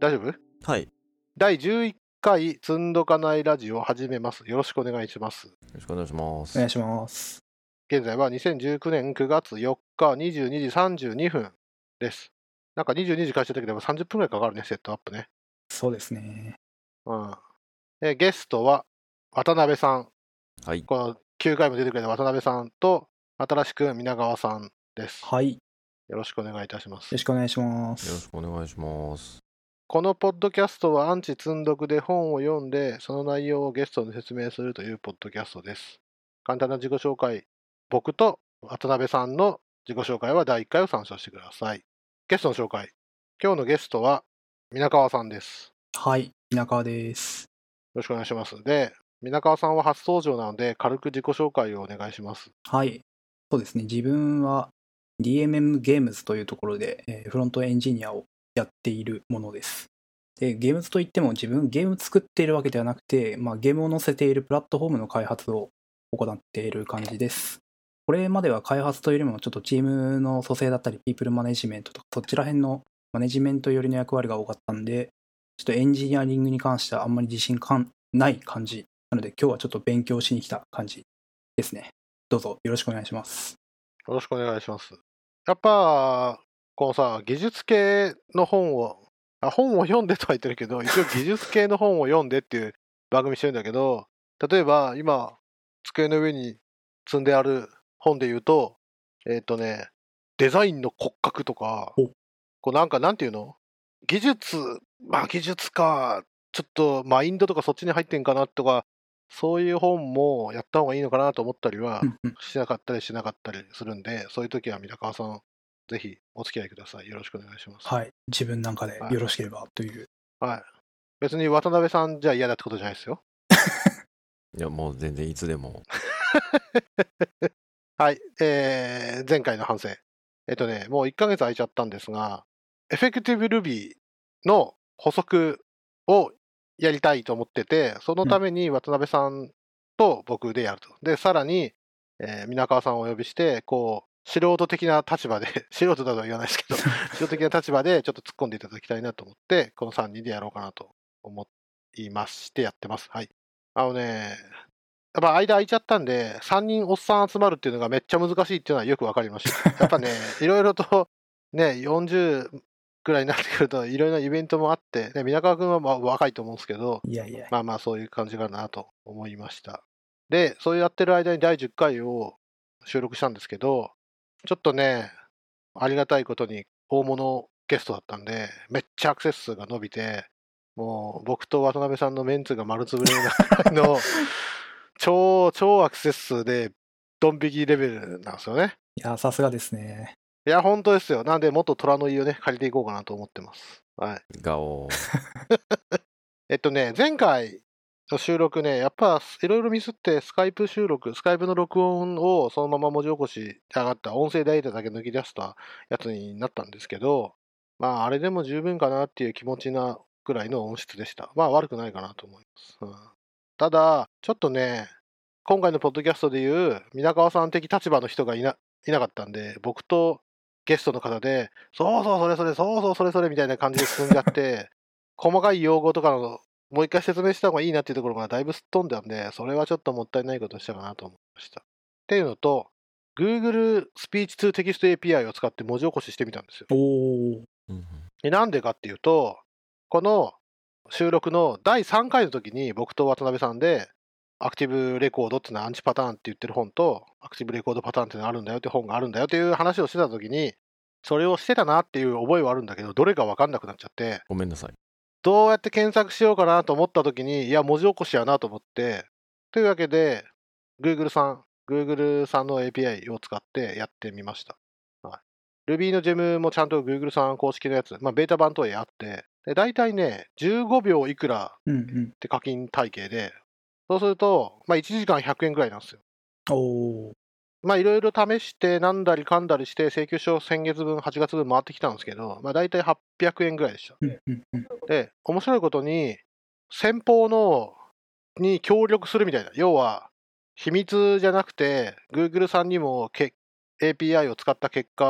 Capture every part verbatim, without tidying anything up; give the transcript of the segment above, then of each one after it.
大丈夫？ はい。 だいじゅういっかいつんどかないラジオを始めます。よろしくお願いします。よろしくお願いします。 お願いします。 現在はにせんじゅうきゅうねんくがつよっかにじゅうにじさんじゅうにふんです。なんかにじゅうにじ開始したけどさんじゅっぷんぐらいかかるね、セットアップね。 そうですね。 うん。えゲストは渡辺さん。 はい。 このきゅうかいも出てくれた渡辺さんと、新しく皆川さんです。 はい。よよろしくお願いいたします。 ろしくお願いします。 よろしくお願いします。 このポッドキャストはアンチ積読で本を読んで、その内容をゲストに説明するというポッドキャストです。簡単な自己紹介。僕と渡辺さんの自己紹介はだいいっかいを参照してください。ゲストの紹介。今日のゲストは皆川さんです。 はい。皆川です。 よろしくお願いします。で、皆川さんは初登場なので、軽く自己紹介をお願いします。 はい。そうですね。自分は ディーエムエム ゲームズというところで、えーフロントエンジニアをやっているものです。で、ゲームズといっても自分ゲーム作っているわけではなくて、まあ、ゲームを載せているプラットフォームの開発を行っている感じです。これまでは開発というよりもちょっとチームの組成だったり、ピープルマネジメントとか、そちら辺のマネジメント寄りの役割が多かったんで、ちょっとエンジニアリングに関してはあんまり自信かんない感じなので、今日はちょっと勉強しに来た感じですね。どうぞよろしくお願いします。 よろしくお願いします。やっぱ、このさ、技術系の本を、あ、本を読んでとは言ってるけど、一応技術系の本を読んでっていう番組してるんだけど、例えば今、机の上に積んである本で言うと、えっとね、デザインの骨格とか、 おこうなんかなんていうの？技術、まあ技術か、ちょっとマインドとかそっちに入ってんかなとか、そういう本もやった方がいいのかなと思ったりはうんうんしなかったりしなかったりするんで、そういう時は皆川さん、ぜひお付き合いください。よろしくお願いします。 はい。自分なんかでよろしければという。 はい。別に渡辺さんじゃ嫌だってことじゃないですよ。 いや、もう全然いつでも。 はい。えー、前回の反省。えっとね、もういっかげつ空いちゃったんですが、エフェクティブ Ruby の補足をやりたいと思ってて、そのために渡辺さんと僕でやると。で、さらに、えー、皆川さんをお呼びして、こう、素人的な立場で、素人だとは言わないですけど、素人的な立場でちょっと突っ込んでいただきたいなと思って、このさんにんでやろうかなと思いましてやってます。はい。あのね、やっぱ間空いちゃったんで、さんにんおっさん集まるっていうのがめっちゃ難しいっていうのはよくわかりました。やっぱね、いろいろとね、よんじゅうくらいになってくると、いろいろなイベントもあって、ね、皆川君はまあ若いと思うんですけど、 いやいや。 まあまあそういう感じかなと思いました。で、そうやってる間にだいじゅっかいを収録したんですけど、ちょっとね、ありがたいことに大物ゲストだったんで、めっちゃアクセス数が伸びて、もう僕と渡辺さんのメンツが丸つぶれになるぐらいの超超アクセス数でドン引きレベルなんですよね。 いや、さすがですね。 いや、本当ですよ。なんで、もっと虎の胃をね、借りていこうかなと思ってます。はい。 ガオえっとね、前回の収録ね、やっぱいろいろミスって、スカイプ収録、スカイプの録音をそのまま文字起こし上がった音声データだけ抜き出したやつになったんですけど、まあ、あれでも十分かなっていう気持ちなくらいの音質でした。まあ、悪くないかなと思います。うん、ただ、ちょっとね、今回のポッドキャストでいう皆川さん的立場の人がいな、いなかったんで、僕とゲストの方で、そうそうそれそれ、そうそうそれそれみたいな感じで進んじゃって、細かい用語とかのもう一回説明した方がいいなっていうところがだいぶすっ飛んだんで、それはちょっともったいないことをしたかなと思いました。っていうのと、Google Speech to Text エーピーアイ を使って文字起こししてみたんですよ。 おー。 でなんでかっていうと、この収録のだいさんかいの時に僕と渡辺さんで、アクティブレコードっていうのはアンチパターンって言ってる本と、アクティブレコードパターンっていうのがあるんだよって本があるんだよっていう話をしてた時に、それをしてたなっていう覚えはあるんだけど、どれか分かんなくなっちゃって、 ごめんなさい。 どうやって検索しようかなと思った時に、いや、文字起こしやなと思って、というわけで、Google さん、Google さんの エーピーアイ を使ってやってみました。はい、Ruby のジェムもちゃんと Google さん公式のやつ、まあ、ベータ版とはいえあって、で大体ね、じゅうごびょういくらうんうんって課金体系で、そうすると、まあ、いちじかんひゃくえんぐらいなんですよ。 おー。 まあいろいろ試してなんだりかんだりして請求書先月分はちがつぶん回ってきたんですけど、まあ大体はっぴゃくえんぐらいでした。 うんうんうんで、面白いことに先方のに協力するみたいな、要は秘密じゃなくて Google さんにもけ エーピーアイ を使った結果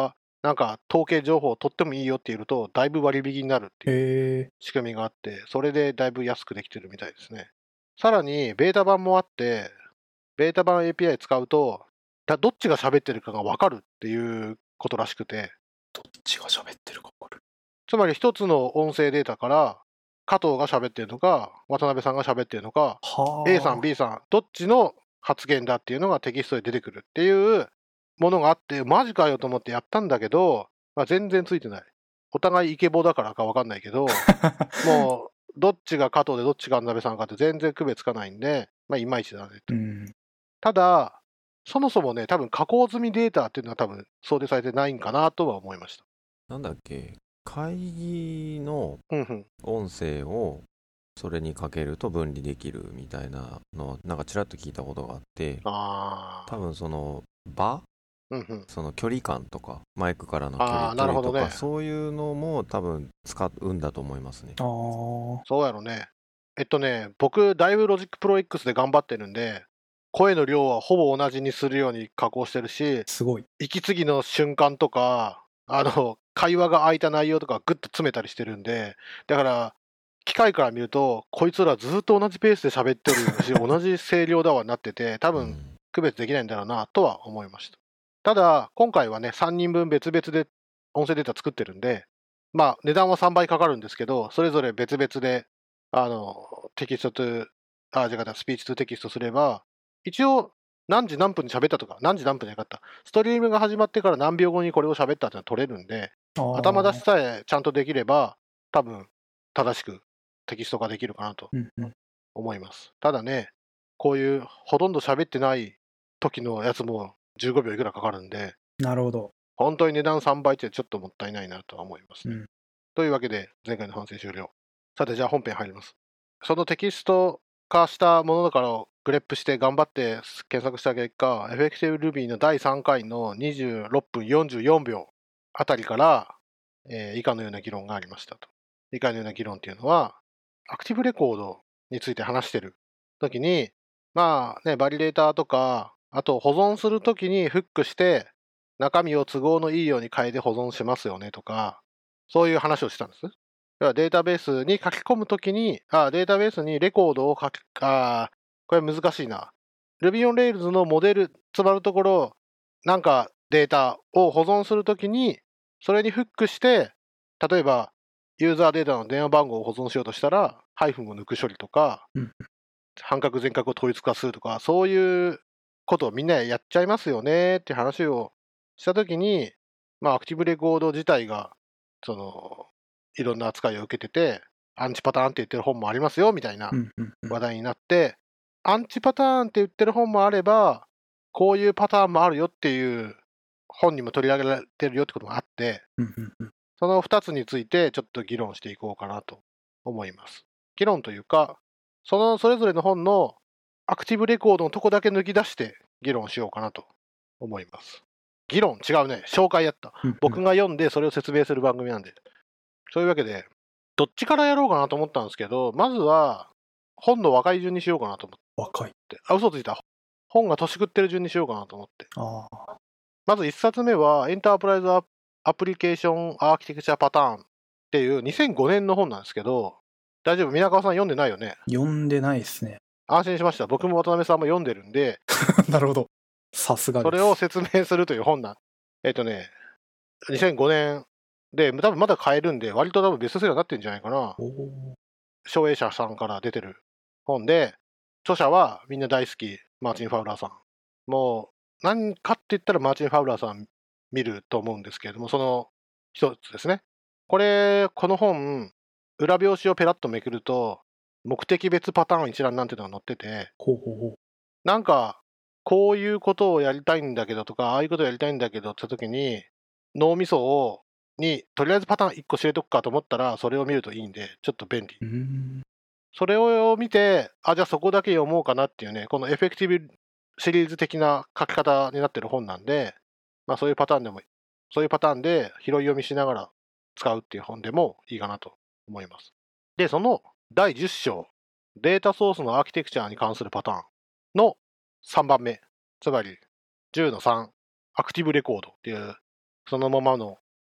なんか統計情報を取ってもいいよって言うと、だいぶ割引になるっていうへえ。 仕組みがあって、それでだいぶ安くできてるみたいですね。さらに、ベータ版もあって、ベータ版 エーピーアイ 使うと、だどっちが喋ってるかが分かるっていうことらしくて、 どっちが喋ってるか分かる。 つまり一つの音声データから、加藤が喋ってるのか、渡辺さんが喋ってるのか、 はあ。 A さん、B さん、どっちの発言だっていうのがテキストで出てくるっていうものがあって、マジかよと思ってやったんだけど、まあ、全然ついてない。お互いイケボだからか分かんないけど、もう、どっちが加藤でどっちが渡辺さんかって全然区別つかないんで、まあ、いまいちだねと。 うん。 ただ、そもそもね、多分加工済みデータっていうのは多分想定されてないんかなとは思いました。 なんだっけ、会議のうんうん。 音声をそれにかけると分離できるみたいなのをなんかちらっと聞いたことがあって、 ああ。 多分その場、 うんうん。 その距離感とかマイクからの距あ離ーなるほどね距離とかそういうのも多分使うんだと思いますね。 ああ。 そうやろね。えっとね、僕、だいぶロジックプロ X で頑張ってるんで、声の量はほぼ同じにするように加工してるし、 すごい。 息継ぎの瞬間とか、あの、会話が空いた内容とかグッと詰めたりしてるんで、だから、機械から見ると、こいつらずっと同じペースで喋ってるし、同じ声量だわになってて、多分、 うん区別できないんだろうなとは思いました。ただ、今回はね、さんにんぶん別々で音声データ作ってるんで、まあ、値段はさんばいかかるんですけど、それぞれ別々で、あの、テキストと、あ、じゃあ、スピーチとテキストすれば、一応、何時何分に喋ったとか、何時何分じゃなかった、ストリームが始まってから何秒後にこれを喋ったっていうのは取れるんで、 あ頭出しあ。 さえちゃんとできれば、多分、正しくテキスト化できるかなとうんうん。 思います。ただね、こういうほとんど喋ってない時のやつもじゅうごびょういくらかかるんで、 なるほど。 本当に値段さんばいってちょっともったいないなとは思いますね。 うん。 というわけで、前回の反省終了。さて、じゃあ本編入ります。そのテキスト化したものだからをグレップして頑張って検索した結果、エフェクティブ Ruby のだいさんかいのにじゅうろっぷんよんじゅうよんびょうあたりから、えー以下のような議論がありましたと。以下のような議論っていうのは、アクティブレコードについて話してるときに、まあね、バリデーターとか、あと保存するときにフックして、中身を都合のいいように変えて保存しますよねとか、そういう話をしたんです。要はデータベースに書き込むときに、あ、データベースにレコードを書き、あ、これ難しいな。Ruby on Rails のモデル、つまるところ、なんかデータを保存するときに、それにフックして、例えば、ユーザーデータの電話番号を保存しようとしたら、ハイフンを抜く処理とか、 うん半角全角を統一化するとか、そういうことをみんなやっちゃいますよねって話をしたときに、まあ、アクティブレコード自体が、その、いろんな扱いを受けてて、アンチパターンって言ってる本もありますよみたいなうんうんうん。 話題になって、アンチパターンって言ってる本もあれば、こういうパターンもあるよっていう本にも取り上げられてるよってこともあって、 うんうんうん。 そのふたつについてちょっと議論していこうかなと思います。議論というか、そのそれぞれの本のアクティブレコードのとこだけ抜き出して議論しようかなと思います。議論違うね。紹介やった。 うんうん僕が読んでそれを説明する番組なんで。そういうわけで、どっちからやろうかなと思ったんですけど、まずは本の若い順にしようかなと思っ若い。 て。あ、嘘ついた。本が年食ってる順にしようかなと思って。 ああ。 まずいっさつめは、エンタープライズアアプリケーションアーキテクチャパターンっていうにせんごねんの本なんですけど、大丈夫？皆川さん読んでないよね？ 読んでないですね。 安心しました。僕も渡辺さんも読んでるんで、 なるほど。さすがです。 それを説明するという本なん。えっとね、にせんごねんで、多分まだ買えるんで、割と多分ベストセラーになってるんじゃないかな。 おー省営者さんから出てる本で、著者はみんな大好き、マーチン・ファウラーさん。もう、何かって言ったらマーチン・ファウラーさん見ると思うんですけれども、その一つですね。これ、この本、裏表紙をペラッとめくると、目的別パターン一覧なんていうのが載ってて、 ほうほうほう。 なんか、こういうことをやりたいんだけどとか、ああいうことをやりたいんだけどって時に、脳みそを、に、とりあえずパターンいっこ知れとくかと思ったら、それを見るといいんで、ちょっと便利。 うーん。 それを見て、あ、じゃあそこだけ読もうかなっていうね、このエフェクティブシリーズ的な書き方になってる本なんで、まあそういうパターンでも、そういうパターンで拾い読みしながら使うっていう本でもいいかなと思います。で、そのだいじゅっ章、データソースのアーキテクチャに関するパターンのさんばんめ、つまりじゅうのさん、アクティブレコードっていう、そのままの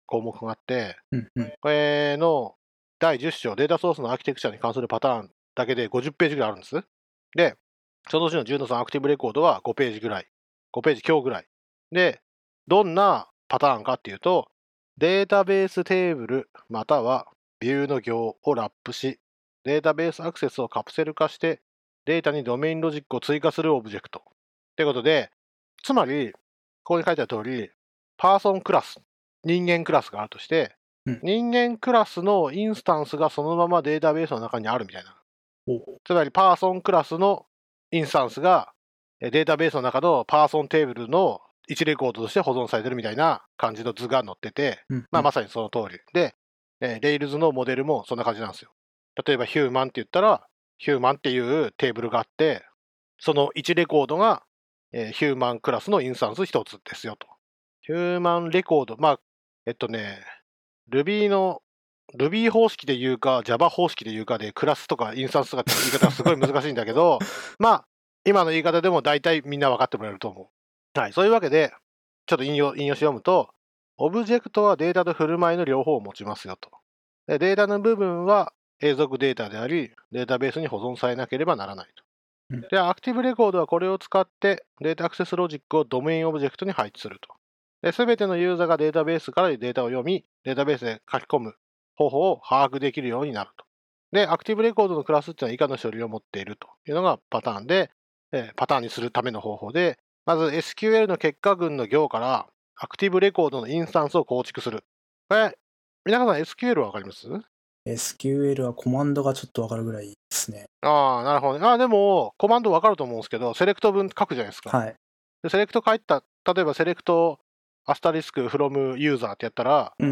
項目があって、 うんうん。 これのだいじゅっ章、データソースのアーキテクチャに関するパターンだけでごじゅっページぐらいあるんです。で、そのうちのじゅうのさんアクティブレコードはごページぐらい、ごページ強ぐらい。で、どんなパターンかっていうと、データベーステーブルまたはビューの行をラップし、データベースアクセスをカプセル化して、データにドメインロジックを追加するオブジェクト。ということで、つまり、ここに書いてある通り、パーソンクラス、人間クラスがあるとして、 うん、 人間クラスのインスタンスがそのままデータベースの中にあるみたいな。 おつまり、パーソンクラスのインスタンスがデータベースの中のパーソンテーブルのいちレコードとして保存されてるみたいな感じの図が載ってて、 うんうん、 まあ、まさにその通り。で、Rails のモデルもそんな感じなんですよ。例えば、ヒューマンって言ったら、ヒューマンっていうテーブルがあって、そのいちレコードが、えー、ヒューマンクラスのインスタンスひとつですよと。ヒューマンレコード、まあ、えっとね、Ruby の、Ruby 方式で言うか、Java 方式で言うかで、クラスとかインスタンスとかって言い方はすごい難しいんだけど、まあ、今の言い方でも大体みんな分かってもらえると思う。はい、そういうわけで、ちょっと引用、引用し読むと、オブジェクトはデータと振る舞いの両方を持ちますよと。で、データの部分は永続データであり、データベースに保存されなければならないと。で、アクティブレコードはこれを使ってデータアクセスロジックをドメインオブジェクトに配置すると。で、すべてのユーザーがデータベースからデータを読み、データベースで書き込む方法を把握できるようになると。で、アクティブレコードのクラスっていうのは以下の処理を持っているというのがパターンで、えー、パターンにするための方法で、まず エスキューエル の結果群の行からアクティブレコードのインスタンスを構築する。これ、皆さん エスキューエル わかります？ エスキューエル はコマンドがちょっとわかるぐらいですね。 ああ、なるほどね。ああ、でも、コマンドわかると思うんですけど、セレクト文書くじゃないですか。 はい。 で、セレクト書いた、例えばセレクトアスタリスク from ユーザーってやったら、 うん。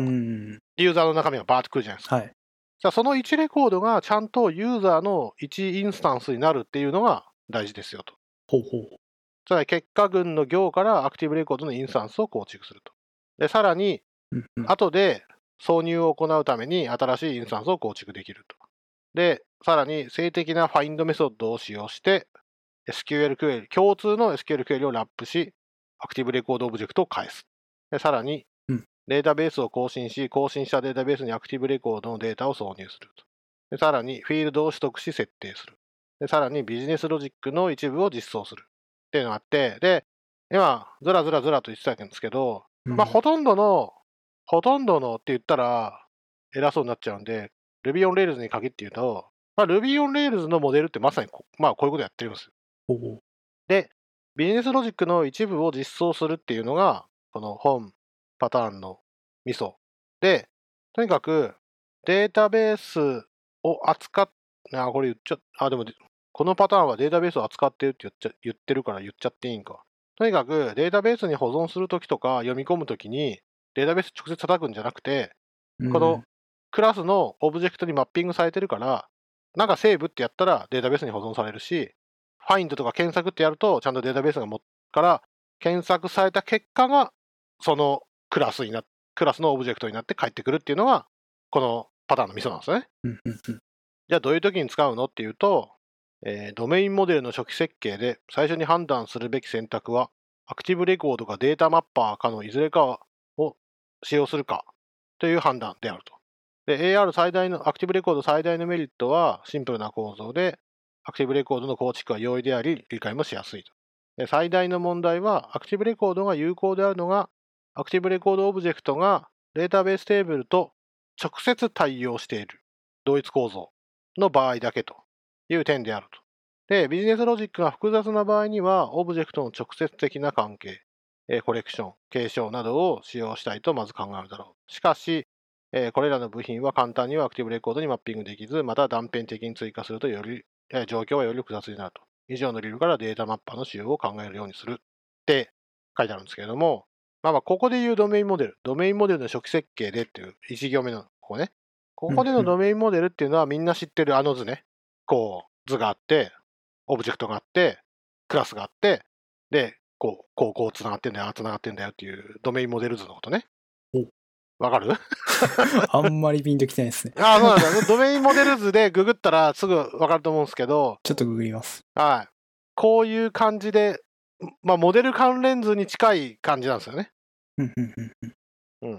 ユーザーの中身がバーってくるじゃないですか。 はい。 じゃあそのいちレコードがちゃんとユーザーのいちインスタンスになるっていうのが大事ですよと。 ほうほう。 つまり結果群の行からアクティブレコードのインスタンスを構築すると。で、さらに、 うんうん、 後で挿入を行うために新しいインスタンスを構築できると。で、さらに静的なファインドメソッドを使用して、エスキューエル クエリ、共通の エスキューエル クエリをラップし、アクティブレコードオブジェクトを返す。で、さらに、データベースを更新し、更新したデータベースにアクティブレコードのデータを挿入すると。で、さらに、フィールドを取得し、設定する。で、さらに、ビジネスロジックの一部を実装する。っていうのがあって、で、今、ずらずらずらと言ってたんですけど、うん、まあ、ほとんどの、ほとんどのって言ったら、偉そうになっちゃうんで、Ruby on Rails に限って言うと、まあ、Ruby on Rails のモデルってまさにこ、まあ、こういうことやってるんですよ。 ほうほう。 で、ビジネスロジックの一部を実装するっていうのが、この本パターンのミソ。で、とにかくデータベースを扱っ、あ、これ言っちゃ、あ、でも、このパターンはデータベースを扱ってるって言っちゃ言ってるから言っちゃっていいんか。とにかくデータベースに保存するときとか読み込むときにデータベース直接叩くんじゃなくて、うん、このクラスのオブジェクトにマッピングされてるから、なんかセーブってやったらデータベースに保存されるし、ファインドとか検索ってやると、ちゃんとデータベースがもから検索された結果が、そのクラスになクラスのオブジェクトになって返ってくるっていうのが、このパターンのミソなんですね。じゃあどういう時に使うのっていうと、えー、ドメインモデルの初期設計で最初に判断するべき選択は、アクティブレコードがデータマッパーかのいずれかを使用するかという判断であると。で、エーアール 最大の、アクティブレコード最大のメリットはシンプルな構造で、アクティブレコードの構築は容易であり、理解もしやすいと。で、最大の問題は、アクティブレコードが有効であるのが、アクティブレコードオブジェクトがデータベーステーブルと直接対応している同一構造の場合だけという点であると。で、ビジネスロジックが複雑な場合には、オブジェクトの直接的な関係、コレクション、継承などを使用したいとまず考えるだろう。しかし、これらの部品は簡単にはアクティブレコードにマッピングできず、また断片的に追加するとより状況はより複雑になると。以上の理由からデータマッパーの使用を考えるようにするって書いてあるんですけれども、まあまあ、ここで言うドメインモデル、ドメインモデルの初期設計でっていういち行目のここね。ここでのドメインモデルっていうのはみんな知ってるあの図ね。こう、図があって、オブジェクトがあって、クラスがあって、で、こう、こう、こう繋がってんだよ、繋がってんだよっていうドメインモデル図のことね。わかるあんまりピンときてないですね。 ああ、そうなんだ。ドメインモデル図でググったらすぐわかると思うんですけど。 ちょっとググります。 はい。こういう感じで、まあ、モデル関連図に近い感じなんですよね。 うん。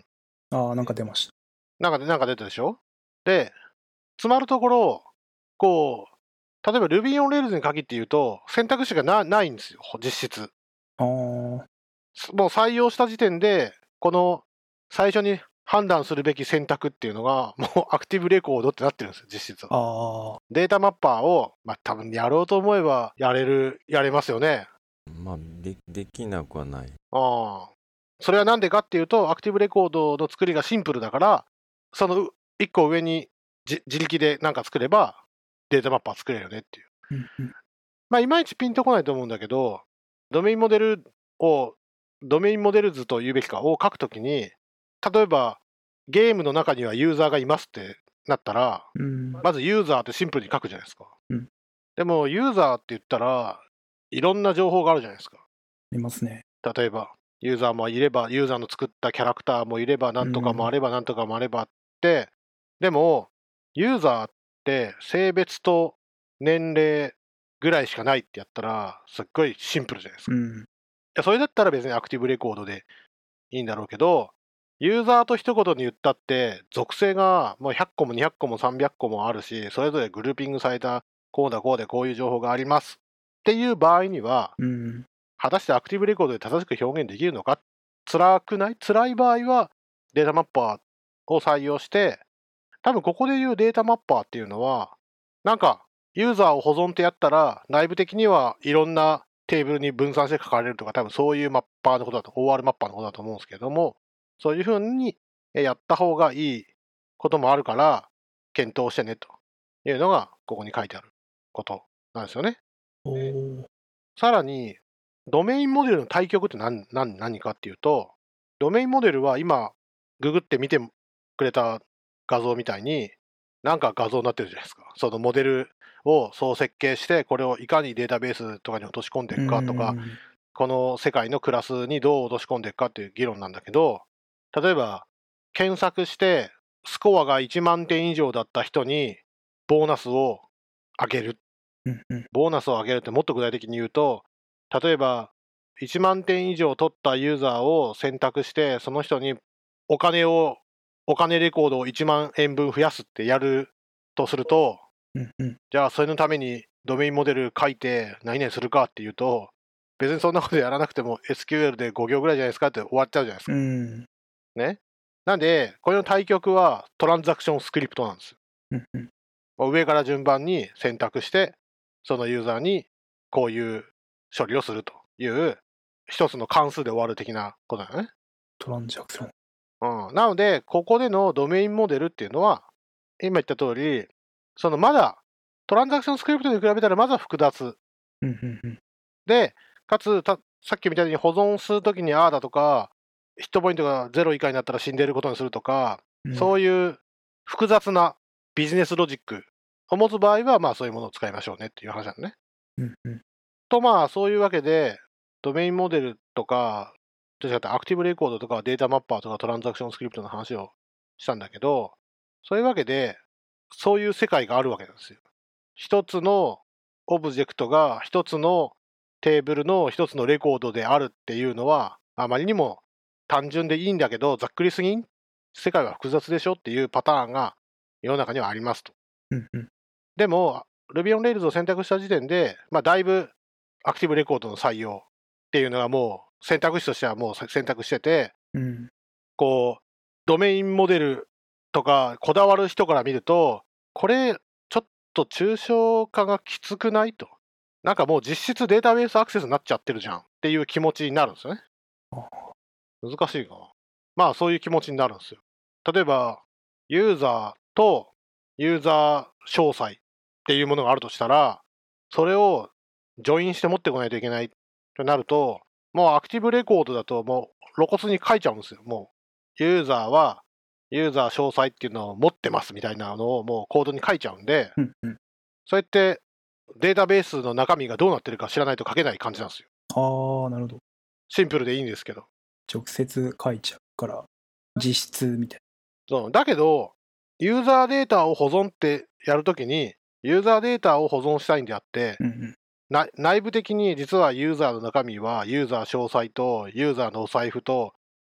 ああ、なんか出ました。 なんか、なんか出たでしょ。で、つまるところ、こう、例えば Ruby on Rails に限って言うと、選択肢が な, ないんですよ、実質。 ああ。 もう採用した時点で、この最初に判断するべき選択っていうのが、もうアクティブレコードってなってるんですよ、実質。 ああ。 データマッパーを、まあ多分やろうと思えばやれる、やれますよね。 まあ、で、できなくはない。 ああ。それはなんでかっていうと、アクティブレコードの作りがシンプルだから、その一個上に自力でなんか作れば、データマッパー作れるよねっていう。 うんうん、 まあ、いまいちピンとこないと思うんだけど、ドメインモデルを、ドメインモデル図と言うべきかを書くときに、例えば、ゲームの中にはユーザーがいますってなったら、 うん、 まずユーザーってシンプルに書くじゃないですか。 うん、 でも、ユーザーって言ったら、いろんな情報があるじゃないですか。 いますね。 例えば、ユーザーもいれば、ユーザーの作ったキャラクターもいれば、なんとかもあれば、なんとかもあればって、でも、ユーザーって性別と年齢ぐらいしかないってやったら、すっごいシンプルじゃないですか。 うん、 それだったら別にアクティブレコードでいいんだろうけど、ユーザーと一言に言ったって、属性がもうひゃっこもにひゃっこもさんびゃっこもあるし、それぞれグルーピングされた、こうだこうでこういう情報がありますっていう場合には、 うん、 果たしてアクティブレコードで正しく表現できるのか、辛くない辛い場合はデータマッパーを採用して、多分ここで言うデータマッパーっていうのは、なんかユーザーを保存ってやったら、内部的にはいろんなテーブルに分散して書かれるとか、多分そういうマッパーのことだと、オーアール マッパーのことだと思うんですけども、そういうふうにやった方がいいこともあるから、検討してねというのが、ここに書いてあることなんですよね。 おー、 さらに、ドメインモデルの対極って何、何、何かっていうと、ドメインモデルは今、ググって見てくれた画像みたいに、なんか画像になってるじゃないですか。そのモデルをそう設計して、これをいかにデータベースとかに落とし込んでいくかとか、この世界のクラスにどう落とし込んでいくかっていう議論なんだけど、例えば、検索して、スコアがいちまんてん以上だった人に、ボーナスをあげる。 うんうん、 ボーナスを上げるってもっと具体的に言うと、例えばいちまんてん以上取ったユーザーを選択して、その人にお金を、お金レコードをいちまんえんぶん増やすってやるとすると、 うんうん、 じゃあそれのためにドメインモデル書いて何々するかっていうと、別にそんなことやらなくても エスキューエル でご行ぐらいじゃないですかって終わっちゃうじゃないですか。 うん、 ね。なんで、これの対極はトランザクションスクリプトなんですよ。 うんうん、 上から順番に選択して、そのユーザーにこういう処理をするという一つの関数で終わる的なことだよね。 トランザクション。 うん、なので、ここでのドメインモデルっていうのは、今言った通り、そのまだトランザクションスクリプトに比べたらまだ複雑。 うんうんうん、 で、かつた、さっきみたいに保存するときにああだとか、ヒットポイントがゼロ以下になったら死んでいることにするとか、 うん、 そういう複雑なビジネスロジックを持つ場合は、まあそういうものを使いましょうねっていう話なのね。 うんうん、 とまあそういうわけで、ドメインモデルとか、どちらかというとアクティブレコードとかデータマッパーとかトランザクションスクリプトの話をしたんだけど、そういうわけで、そういう世界があるわけなんですよ。一つのオブジェクトが一つのテーブルの一つのレコードであるっていうのは、あまりにも単純でいいんだけど、ざっくりすぎん、世界は複雑でしょっていうパターンが世の中にはありますと。 うんうん、 でも、Ruby on Rails を選択した時点で、まあ、だいぶアクティブレコードの採用っていうのがもう選択肢としてはもう選択してて、 うん、 こう、ドメインモデルとかこだわる人から見ると、これちょっと抽象化がきつくないと。なんかもう実質データベースアクセスになっちゃってるじゃんっていう気持ちになるんですよね。難しいかな。まあそういう気持ちになるんですよ。例えば、ユーザーとユーザー詳細っていうものがあるとしたら、それをジョインして持ってこないといけないとなると、もうアクティブレコードだともう露骨に書いちゃうんですよ。もうユーザーはユーザー詳細っていうのを持ってますみたいなのをもうコードに書いちゃうんで、 うんうん、 そうやってデータベースの中身がどうなってるか知らないと書けない感じなんですよ。 ああ、なるほど。 シンプルでいいんですけど。 直接書いちゃうから、実質みたいそう。だけど、ユーザーデータを保存ってやるときに、ユーザーデータを保存したいんであって、 な。うんうん、 な内部的に実はユーザーの中身はユーザー詳細とユーザーのお財布と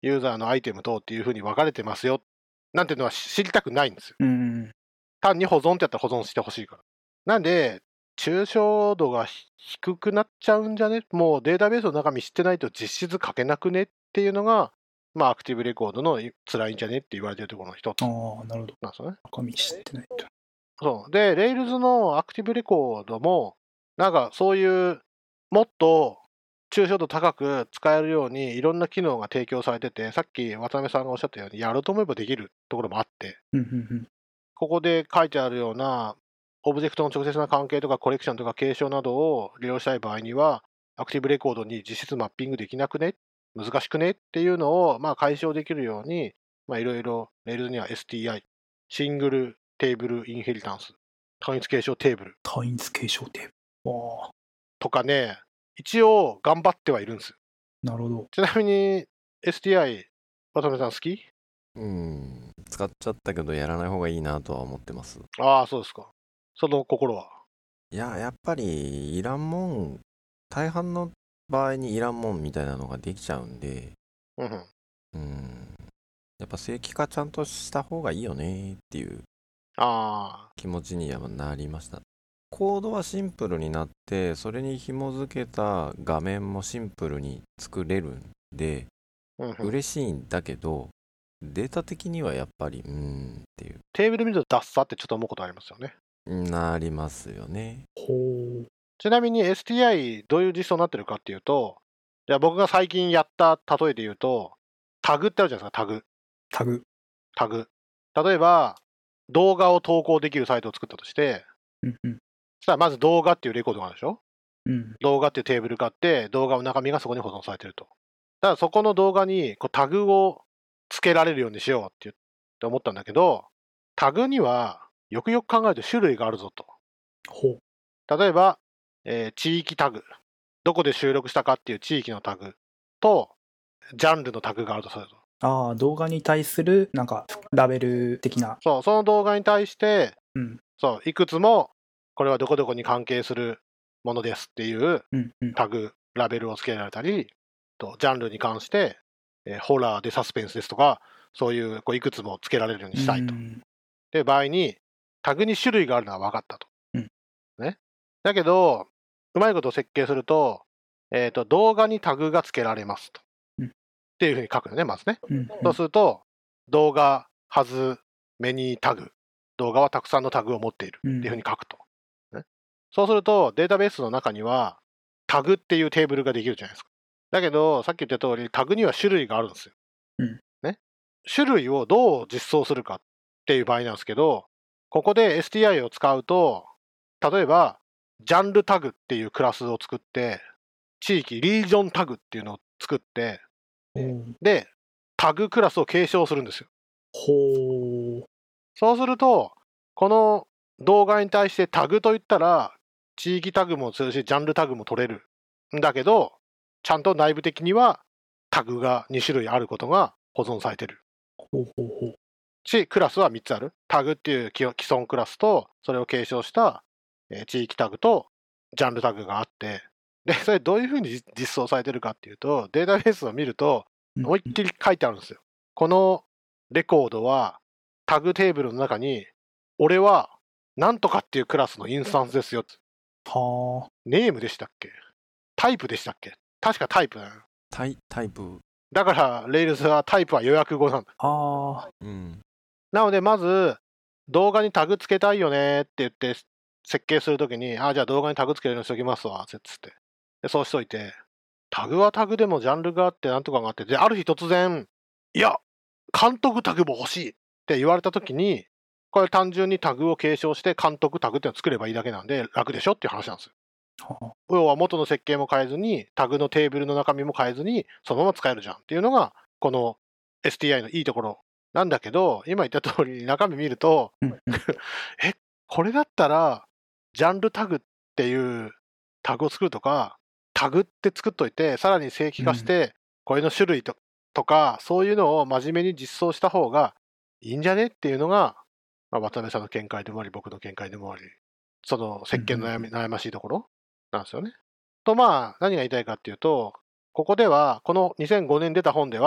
ユーザーのアイテム等っていうふうに分かれてますよなんていうのは知りたくないんですよ。 うん。 単に保存ってやったら保存してほしいから。なんで、抽象度が低くなっちゃうんじゃね、もうデータベースの中身知ってないと実質書けなくねっていうのが、まあ、アクティブレコードの辛いんじゃねって言われてるところの一つあなんあ、なるほど。 ですよね。 中身知ってないと。 そう。で、Rails のアクティブレコードも、なんかそういうもっと抽象度高く使えるようにいろんな機能が提供されてて、さっき渡辺さんがおっしゃったように、やろうと思えばできるところもあって、 うんうんここで書いてあるような、オブジェクトの直接な関係とかコレクションとか継承などを利用したい場合には、アクティブレコードに実質マッピングできなくね、難しくねっていうのをまあ解消できるように、まあいろいろ Rails には エスティーアイ、シングルテーブルインヘリタンス、単一継承テーブル単一継承テーブル。わあ、 とかね、一応頑張ってはいるんですよ。 なるほど。 ちなみに エスティーアイ、渡辺さん好き？ うん使っちゃったけどやらない方がいいなとは思ってます。 ああ、そうですか。その心は？ いややっぱりいらんもん、大半の場合にいらんもんみたいなのができちゃうんで、 うんうん。 うんやっぱ正規化ちゃんとした方がいいよねっていうあ気持ちにはなりました。コードはシンプルになって、それに紐付けた画面もシンプルに作れるんであ、うんうん、 嬉しいんだけど、データ的にはやっぱりうーんっていうテーブル見るとダッサってちょっと思うことありますよね。 なりますよね。 ほう。 ちなみに エスティーアイ どういう実装になってるかっていうと、じゃあ僕が最近やった例えで言うと、タグってあるじゃないですか、タグ。 タグ。 タグ。例えば、動画を投稿できるサイトを作ったとして、 うんうん。 そしたらまず動画っていうレコードがあるでしょ。 うん。 動画っていうテーブルがあって、動画の中身がそこに保存されてると。だからそこの動画にこうタグを付けられるようにしようって言って思ったんだけど、タグにはよくよく考えると種類があるぞと。 ほう。 例えば、えー地域タグ。どこで収録したかっていう地域のタグと、ジャンルのタグがあるとすると。 ああ、動画に対する、なんか、ラベル的な。 そう、その動画に対して、 うん。 そう、いくつも、これはどこどこに関係するものですっていううんうん。 タグ、ラベルを付けられたり、とジャンルに関して、えーホラーでサスペンスですとか、そういうこういくつも付けられるようにしたいと。 うんで、場合に、タグに種類があるのは分かったと。 うんね。だけど、うまいことを設計すると、えっ、と、動画にタグが付けられますと。 うんっていうふうに書くよね、まずね。 うんそうすると、動画、はず、メニータグ。動画はたくさんのタグを持っているっていうふうに書くと。ね、そうすると、データベースの中には、タグっていうテーブルができるじゃないですか。だけど、さっき言った通り、タグには種類があるんですよ。 うんね。種類をどう実装するかっていう場合なんですけど、ここで エスティーアイ を使うと、例えば、ジャンルタグっていうクラスを作って、地域、リージョンタグっていうのを作って、 ほう。 で、タグクラスを継承するんですよ。 ほう。 そうすると、この動画に対してタグといったら、地域タグも通るし、ジャンルタグも取れるんだけど、ちゃんと内部的にはタグがに種類あることが保存されてる。 ほうほうほう。 し、クラスはみっつある。タグっていう既存クラスと、それを継承した、えー地域タグとジャンルタグがあって、で、それどういうふうに実実装されてるかっていうと、データベースを見ると、 うん思いっきり書いてあるんですよ。このレコードは、タグテーブルの中に、俺は、なんとかっていうクラスのインスタンスですよ。 はあ。 ネームでしたっけ？タイプでしたっけ？確かタイプだよ。 タイタイプだから、Rails はタイプは予約語なんだ。 ああ。 うんなので、まず、動画にタグつけたいよねって言って、設計するときに、あ、じゃあ動画にタグつけるようにしときますわ、つって。で、そうしといて、タグはタグでもジャンルがあって、なんとかがあって、で、ある日突然、いや、監督タグも欲しいって言われたときに、これ単純にタグを継承して監督タグっていうのを作ればいいだけなんで、楽でしょっていう話なんですよ。 はあ。 要は元の設計も変えずに、タグのテーブルの中身も変えずに、そのまま使えるじゃんっていうのが、この エスティーアイ のいいところなんだけど、今言った通り中身見ると、 うんうん。 え、これだったら、ジャンルタグっていうタグを作るとか、タグって作っといて、さらに正規化して、これの種類ととか、そういうのを真面目に実装した方がいいんじゃねっていうのが、まあ、渡辺さんの見解でもあり、僕の見解でもあり、その設計の悩み、悩ましいところなんですよね。と、まあ、何が言いたいかっていうと、ここでは、このにせんごねん出た本では、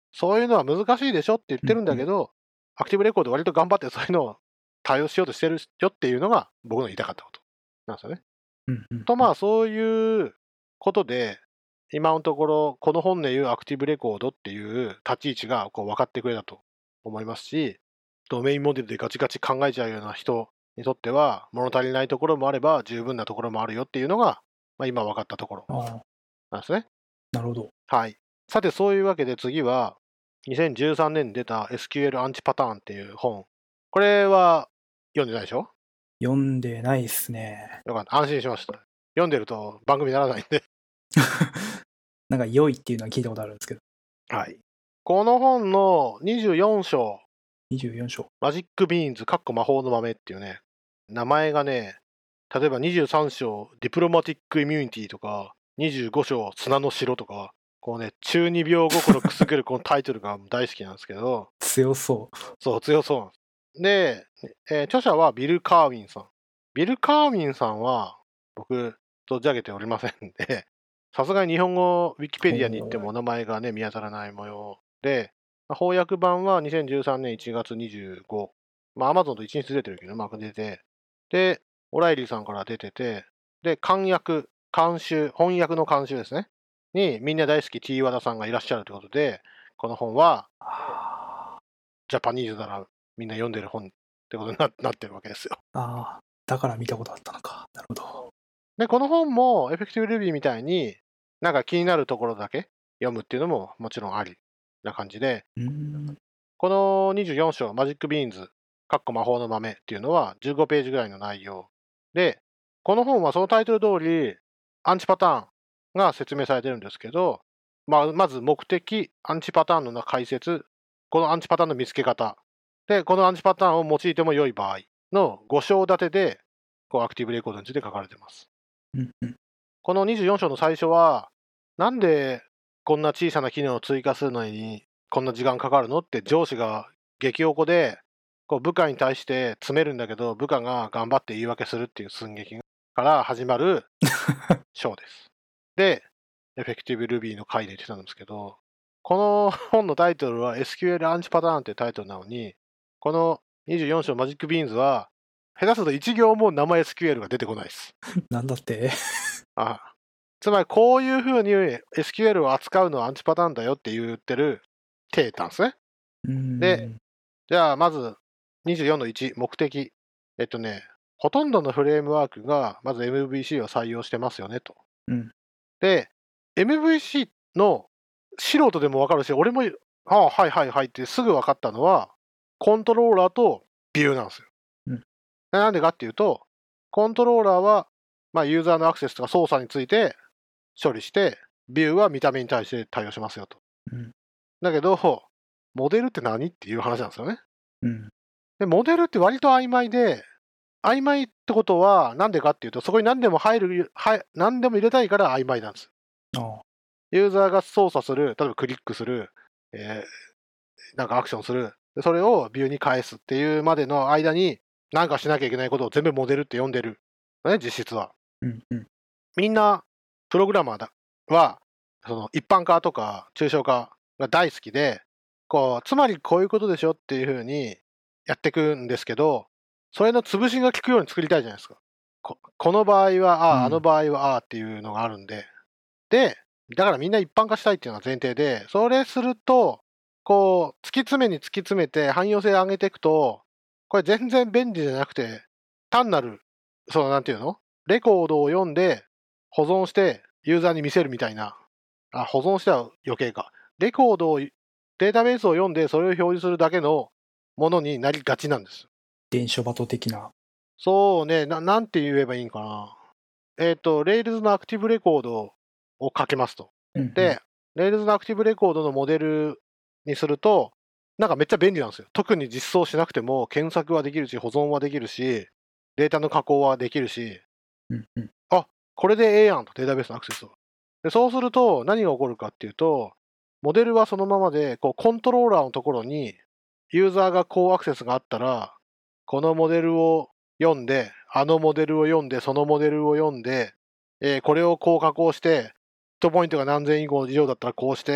そういうのは難しいでしょって言ってるんだけど、うんうん、アクティブレコード割と頑張ってそういうのを対応しようとしてるよっていうのが僕の言いたかったことなんですよね。 うんうんうん、 とまあそういうことで今のところこの本でいうアクティブレコードっていう立ち位置がこう分かってくれたと思いますし、ドメインモデルでガチガチ考えちゃうような人にとっては物足りないところもあれば十分なところもあるよっていうのが、まあ、今分かったところなんですね。 なるほど。 はい。さてそういうわけで次はにせんじゅうさんねんに出た エスキューエル アンチパターンっていう本。これは読んでないでしょ？ 読んでないっすね。 よかった。安心しました。読んでると番組にならないんで。 なんか良いっていうのは聞いたことあるんですけど。 はい。この本のにじゅうよん章。 にじゅうよん章。 マジックビーンズ、かっこ魔法の豆っていうね、名前がね、例えばにじゅうさん章、ディプロマティックイミュニティとか、にじゅうご章、砂の城とか、こうね、中二病心くすぐるこのタイトルが大好きなんですけど。 強そう。 そう、強そうなんです。で、えー、著者はビル・カーウィンさん。ビル・カーウィンさんは、僕、存じ上げておりませんで、さすがに日本語ウィキペディアに行ってもお名前がね、見当たらない模様で、まあ、翻訳版はにせんじゅうさんねんいちがつにじゅうご。まあ、アマゾンといちにち出てるけど、まあ、出て、で、オライリーさんから出てて、で、漢訳、監修、翻訳の監修ですね。に、みんな大好き T 和田さんがいらっしゃるということで、この本は、ジャパニーズならみんな読んでる本ってことに な, なってるわけですよ。 ああ、だから見たことあったのか。なるほど。 で、この本もエフェクティブレビューみたいに、なんか気になるところだけ読むっていうのももちろんありな感じで、 うんこのにじゅうよん章、マジックビーンズ、かっこ魔法の豆っていうのはじゅうごページぐらいの内容で、この本はそのタイトル通り、アンチパターンが説明されてるんですけど、まあ、まず目的、アンチパターンの解説、このアンチパターンの見つけ方、で、このアンチパターンを用いても良い場合のご章立てで、こうアクティブレコードについて書かれています。 うんうん、 このにじゅうよん章の最初は、なんでこんな小さな機能を追加するのにこんな時間かかるのって上司が激おこでこう部下に対して詰めるんだけど、部下が頑張って言い訳するっていう寸劇から始まる章です。で、エフェクティブ Ruby の回で言ってたんですけど、この本のタイトルは エスキューエル アンチパターンっていうタイトルなのに、このにじゅうよん章マジックビーンズは下手するといち行も生 エスキューエル が出てこないです。 なんだってああ、つまりこういうふうに エスキューエル を扱うのはアンチパターンだよって言ってる体なんですね。で、じゃあまずにじゅうよんのいち、目的。えっとね、ほとんどのフレームワークがまず エムブイシー を採用してますよねと。 うん、 で、エムブイシー の素人でも分かるし、俺も、ああ、はいはいはいってすぐ分かったのは、コントローラーとビューなんですよ。 うん、 なんでかっていうと、コントローラーは、まあ、ユーザーのアクセスとか操作について処理して、ビューは見た目に対して対応しますよと。 うん、 だけど、モデルって何っていう話なんですよね。 うん、 で、モデルって割と曖昧で、曖昧ってことはなんでかっていうと、そこに何でも入る、はい、何でも入れたいから曖昧なんです。 ああ、 ユーザーが操作する、例えばクリックする、えー、なんかアクションする、それをビューに返すっていうまでの間に何かしなきゃいけないことを全部モデルって呼んでる。ね、実質は。 うんうん、みんな、プログラマーだは、その一般化とか抽象化が大好きで、こう、つまりこういうことでしょっていうふうにやっていくんですけど、それの潰しが効くように作りたいじゃないですか。こ, この場合はああ、うん、あの場合はああっていうのがあるんで。で、だからみんな一般化したいっていうのが前提で、それすると、こう、突き詰めに突き詰めて汎用性上げていくと、これ全然便利じゃなくて、単なる、そのなんていうの？レコードを読んで、保存してユーザーに見せるみたいな。あ、保存しては余計か。レコードを、データベースを読んでそれを表示するだけのものになりがちなんです。 伝書バト的な。 そうね、な、なんて言えばいいんかな。えっと、Rails のアクティブレコードをかけますと。 うんうん、 で、Rails のアクティブレコードのモデルにすると、なんかめっちゃ便利なんですよ。特に実装しなくても検索はできるし、保存はできるし、データの加工はできるし、 うんうん、 あ、これでええやんと、データベースのアクセスを。で、そうすると何が起こるかっていうと、モデルはそのままで、こうコントローラーのところにユーザーが高アクセスがあったら、このモデルを読んで、あのモデルを読んで、そのモデルを読んで、えー、これをこう加工して、ヒットポイントが何千以上だったらこうして、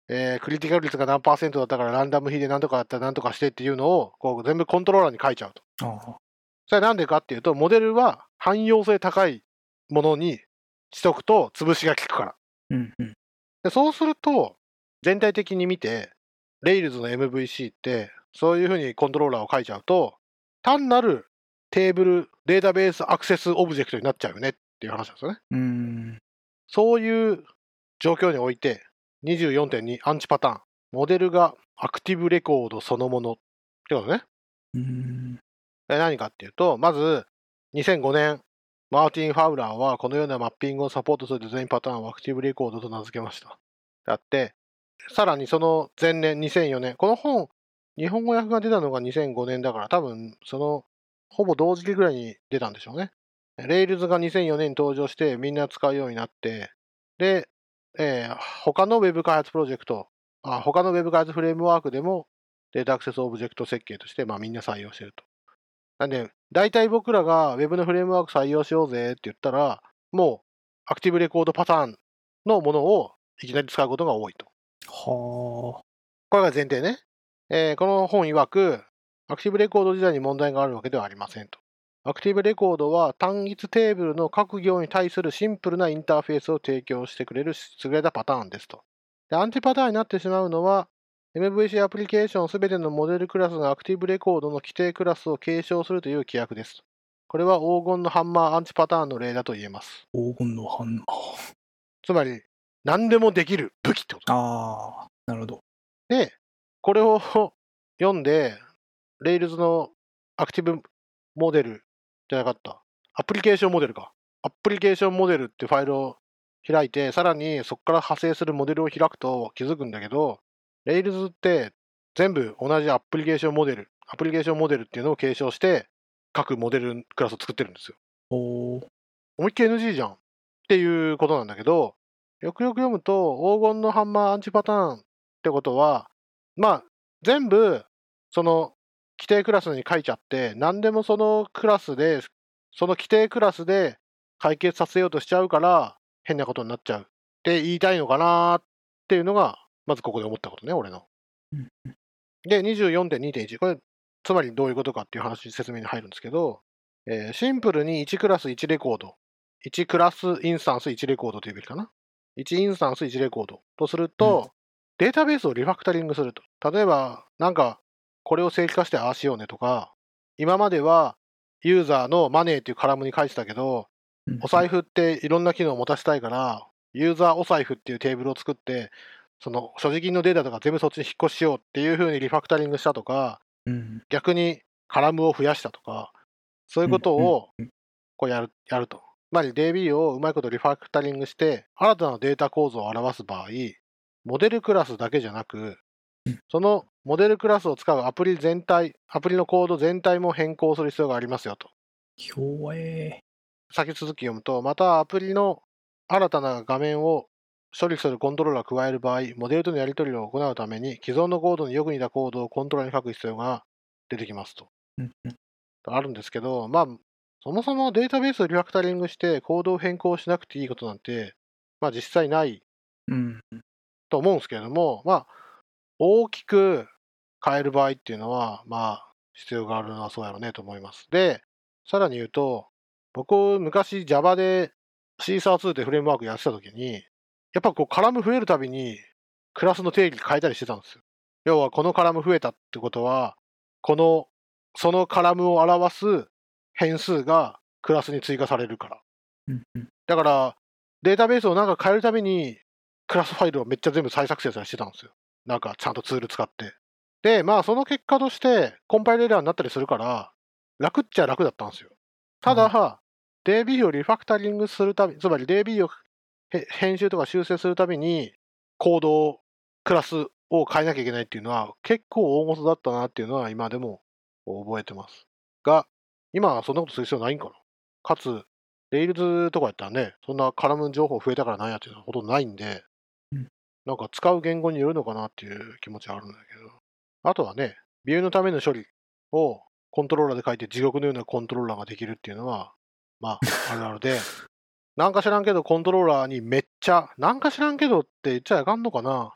えークリティカル率が何パーセントだったからランダム比で何とかだったら何とかしてっていうのをこう全部コントローラーに書いちゃうと。 ああ。 それはなんでかっていうと、モデルは汎用性高いものにしとくと潰しが効くから。 うんうん。 でそうすると、全体的に見て、Rails の エムブイシー って、そういうふうにコントローラーを書いちゃうと、単なるテーブル、データベースアクセスオブジェクトになっちゃうよねっていう話なんですよね。 うーん。 そういう状況において、にじゅうよんてんに アンチパターン、モデルがアクティブレコードそのものってことね。 うーん。 え何かっていうと、まずにせんごねん、マーティン・ファウラーはこのようなマッピングをサポートするデザインパターンをアクティブレコードと名付けました。だって、さらにその前年にせんよねん、この本、日本語訳が出たのがにせんごねんだから、多分そのほぼ同時期ぐらいに出たんでしょうね。Rails がにせんよねんに登場してみんな使うようになって、で、えー他の Web 開発プロジェクト、あ他の Web 開発フレームワークでもデータアクセスオブジェクト設計として、まあ、みんな採用してると。なんで、大体僕らが Web のフレームワーク採用しようぜって言ったら、もうアクティブレコードパターンのものをいきなり使うことが多いと。 はあ。 これが前提ね。えーこの本曰く、アクティブレコード自体に問題があるわけではありませんと。アクティブレコードは単一テーブルの各行に対するシンプルなインターフェースを提供してくれる優れたパターンですと。で、アンチパターンになってしまうのは、エムブイシー アプリケーションすべてのモデルクラスがアクティブレコードの規定クラスを継承するという規約です。これは黄金のハンマーアンチパターンの例だと言えます。 黄金のハンマー。 つまり、何でもできる武器ってこと。 ああ、なるほど。 で、これを読んで、Rails のアクティブモデルじゃなかった。アプリケーションモデルか。アプリケーションモデルってファイルを開いて、さらにそこから派生するモデルを開くと気づくんだけど、Rails って全部同じアプリケーションモデル、アプリケーションモデルっていうのを継承して、各モデルクラスを作ってるんですよ。 おー。 思いっきり エヌジー じゃんっていうことなんだけど、よくよく読むと、黄金のハンマーアンチパターンってことは、まあ、全部、その規定クラスに書いちゃって、何でもそのクラスで、その規定クラスで解決させようとしちゃうから、変なことになっちゃうって言いたいのかなっていうのが、まずここで思ったことね、俺の。 うんで、にじゅうよんてんにてんいち、これ、つまりどういうことかっていう話、説明に入るんですけど、えーシンプルにいちクラスいちレコード、いちクラスインスタンスいちレコードというべきかな。いちインスタンスいちレコードとすると、データベースをリファクタリングすると。例えば、なんか、これを正規化してああしようねとか、今まではユーザーのマネーっていうカラムに書いてたけど、 うんお財布っていろんな機能を持たせたいから、ユーザーお財布っていうテーブルを作って、その所持金のデータとか全部そっちに引っ越ししようっていうふうにリファクタリングしたとか、 うん逆にカラムを増やしたとか、そういうことをうんうんこうやるやると。つまり ディービー をうまいことリファクタリングして、新たなデータ構造を表す場合、モデルクラスだけじゃなくうん、 そのモデルクラスを使うアプリ全体、アプリのコード全体も変更する必要がありますよと。 表へ先続き読むと、またアプリの新たな画面を処理するコントローラーを加える場合、モデルとのやり取りを行うために、既存のコードによく似たコードをコントローラーに書く必要が出てきますと。 うんうんあるんですけど、まあ、そもそもデータベースをリファクタリングしてコードを変更しなくていいことなんて、まあ実際ないうんと思うんですけれども、まあ、大きく変える場合っていうのは、まあ、必要があるのはそうやろうねと思います。で、さらに言うと、僕、昔 Java でシーサーツーってフレームワークやってた時に、やっぱこうカラム増えるたびにクラスの定義変えたりしてたんですよ。要はこのカラム増えたってことは、この、そのカラムを表す変数がクラスに追加されるから。 うんうんだから、データベースをなんか変えるたびに、クラスファイルをめっちゃ全部再作成したりしてたんですよ。なんかちゃんとツール使って。で、まあその結果として、コンパイルエラーになったりするから、楽っちゃ楽だったんですよ。ただ、ディービー をリファクタリングするたび、つまり ディービー をへ編集とか修正するたびに、コードを、クラスを変えなきゃいけないっていうのは、結構大事だったなっていうのは今でも覚えてます。が、今はそんなことする必要ないんかな。かつ、Rails とかやったらね、そんなカラム情報増えたからなんやっていうのはほとんどないんで、 うんなんか使う言語によるのかなっていう気持ちはあるんだけど。あとはね、ビューのための処理をコントローラーで書いて地獄のようなコントローラーができるっていうのは、まあ、あるあるで、なんか知らんけどコントローラーにめっちゃ、なんか知らんけどって言っちゃいかんのかな。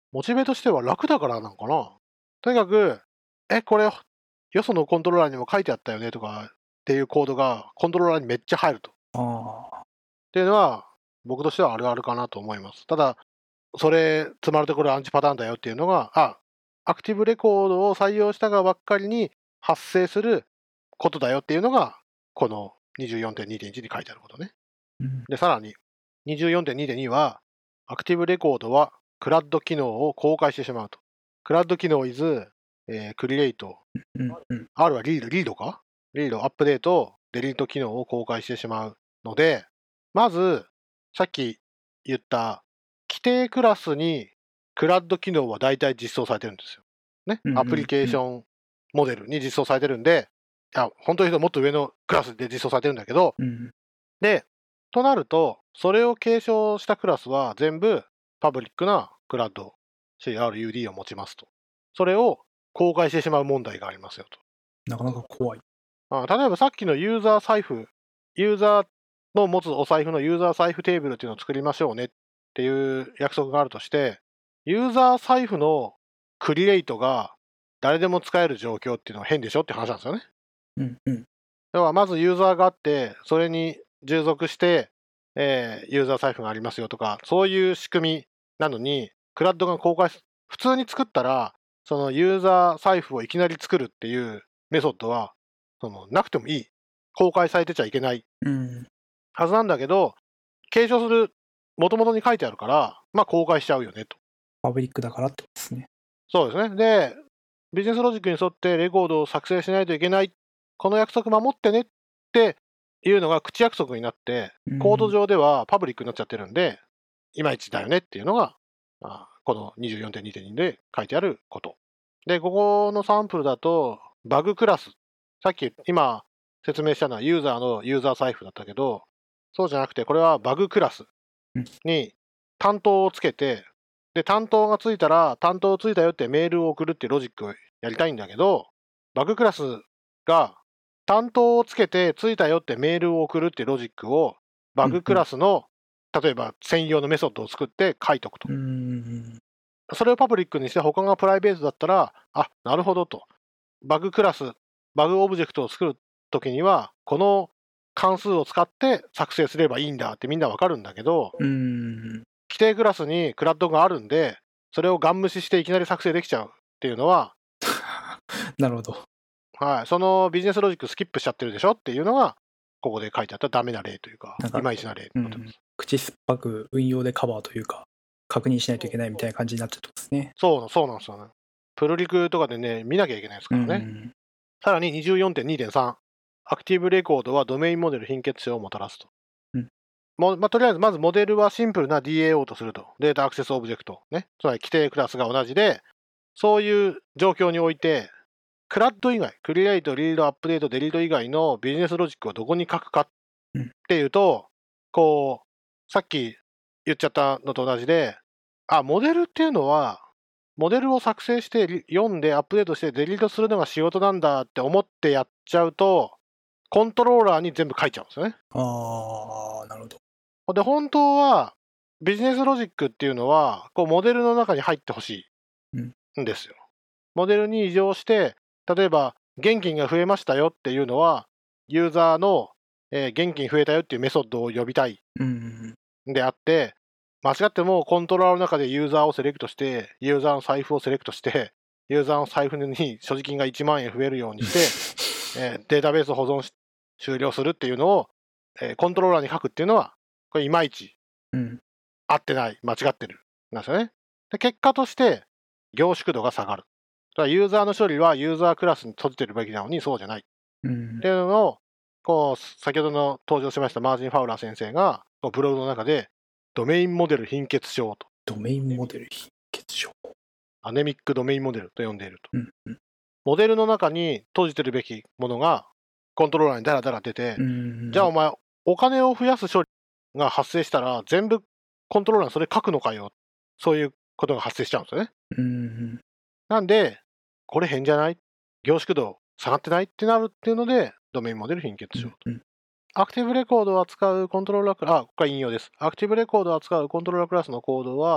モチベとしては楽だからなのかな。とにかく、え、これ、よそのコントローラーにも書いてあったよねとかっていうコードがコントローラーにめっちゃ入ると。 ああ。 っていうのは、僕としてはあるあるかなと思います。ただ、それ、積まれてこれアンチパターンだよっていうのが、あ、アクティブレコードを採用したがばっかりに発生することだよっていうのが、この にじゅうよんてんにてんいち に書いてあることね。 うん、 で、さらに、にじゅうよんてんにてんに は、アクティブレコードはクラッド機能を公開してしまうと。クラッド機能 is、えー、クリエイト。 うんうん、 R はリード、リードかリード、アップデート、デリート機能を公開してしまうので、まず、さっき言った規定クラスにクラッド機能は大体実装されてるんですよ。ね。 うんうんうん、 アプリケーションモデルに実装されてるんで、いや、本当に言うともっと上のクラスで実装されてるんだけど、 うん、 で、となると、それを継承したクラスは全部パブリックなクラッド シーアールユーディー を持ちますと。それを公開してしまう問題がありますよと。 なかなか怖い。 あ例えばさっきのユーザー財布、ユーザーの持つお財布のユーザー財布テーブルっていうのを作りましょうねっていう約束があるとして、ユーザー財布のクリエイトが誰でも使える状況っていうのは変でしょって話なんですよね。 うんうん。 ではまずユーザーがあって、それに従属して、えー、ユーザー財布がありますよとか、そういう仕組みなのに、クラッドが公開す、普通に作ったら、そのユーザー財布をいきなり作るっていうメソッドは、そのなくてもいい。公開されてちゃいけないはずなんだけど、継承する、もともとに書いてあるから、まあ公開しちゃうよねと。 パブリックだからってことですね。 そうですね。で、ビジネスロジックに沿ってレコードを作成しないといけない。この約束守ってねっていうのが口約束になって、コード上ではパブリックになっちゃってるんで、いまいちだよねっていうのが、この にじゅうよんてんにてんに で書いてあること。で、ここのサンプルだと、バグクラス。さっき今説明したのはユーザーのユーザー財布だったけど、そうじゃなくて、これはバグクラスに担当をつけて、で、担当がついたら、担当ついたよってメールを送るっていうロジックをやりたいんだけど、バグクラスが担当をつけてついたよってメールを送るっていうロジックを、バグクラスの、例えば専用のメソッドを作って書いとくと。それをパブリックにして他がプライベートだったら、あ、なるほどと。バグクラス、バグオブジェクトを作るときには、この関数を使って作成すればいいんだってみんなわかるんだけど、規定クラスにクラッドがあるんで、それをガン無視していきなり作成できちゃうっていうのは、 なるほど。 はい、そのビジネスロジックスキップしちゃってるでしょっていうのが、ここで書いてあったダメな例というか、いまいちな例ってことです。 口酸っぱく運用でカバーというか、確認しないといけないみたいな感じになっちゃってますね。 そう、そうなんですよね。プルリクとかでね、見なきゃいけないですからね。うん、さらに にじゅうよんてんにてんさん、アクティブレコードはドメインモデル貧血症をもたらすと。うんもまあ、とりあえず、まずモデルはシンプルな ディーエーオー とすると。データアクセスオブジェクト。ね。つまり規定クラスが同じで、そういう状況において、クラッド以外、クリエイト、リード、アップデート、デリート以外のビジネスロジックをどこに書くかっていうと、うん、こう、さっき言っちゃったのと同じで、あ、モデルっていうのは、モデルを作成して読んでアップデートしてデリートするのが仕事なんだって思ってやっちゃうと、コントローラーに全部書いちゃうんですよね。 ああ、なるほど。 で、本当はビジネスロジックっていうのは、こうモデルの中に入ってほしいんですよ。うん、モデルに移乗して、例えば、現金が増えましたよっていうのは、ユーザーの、えー、現金増えたよっていうメソッドを呼びたいであって、間違ってもコントローラーの中でユーザーをセレクトして、ユーザーの財布をセレクトして、ユーザーの財布に所持金がいちまんえん増えるようにして、えー、データベースを保存し、終了するっていうのを、えー、コントローラーに書くっていうのは、これいまいち合ってない、間違ってるなんですよね。で、結果として、凝縮度が下がる。だからユーザーの処理はユーザークラスに閉じてるべきなのにそうじゃない。うん、っていうのを、こう、先ほどの登場しましたマージン・ファウラー先生が、ブログの中で、ドメインモデル貧血症と。 ドメインモデル貧血症。 アネミックドメインモデルと呼んでいると。 うんうん、 モデルの中に閉じてるべきものが、コントローラーにダラダラ出て、うん、じゃあお前、お金を増やす処理が発生したら、全部コントローラーにそれ書くのかよ。そういうことが発生しちゃうんですよね。 うん、 なんで、これ変じゃない？凝縮度下がってないってなるっていうので、ドメインモデル貧血症と。うんうん、アクティブレコードを扱うコントローラークラス、あ、これ引用です。アクティブレコードを扱うコントローラークラスのコードは、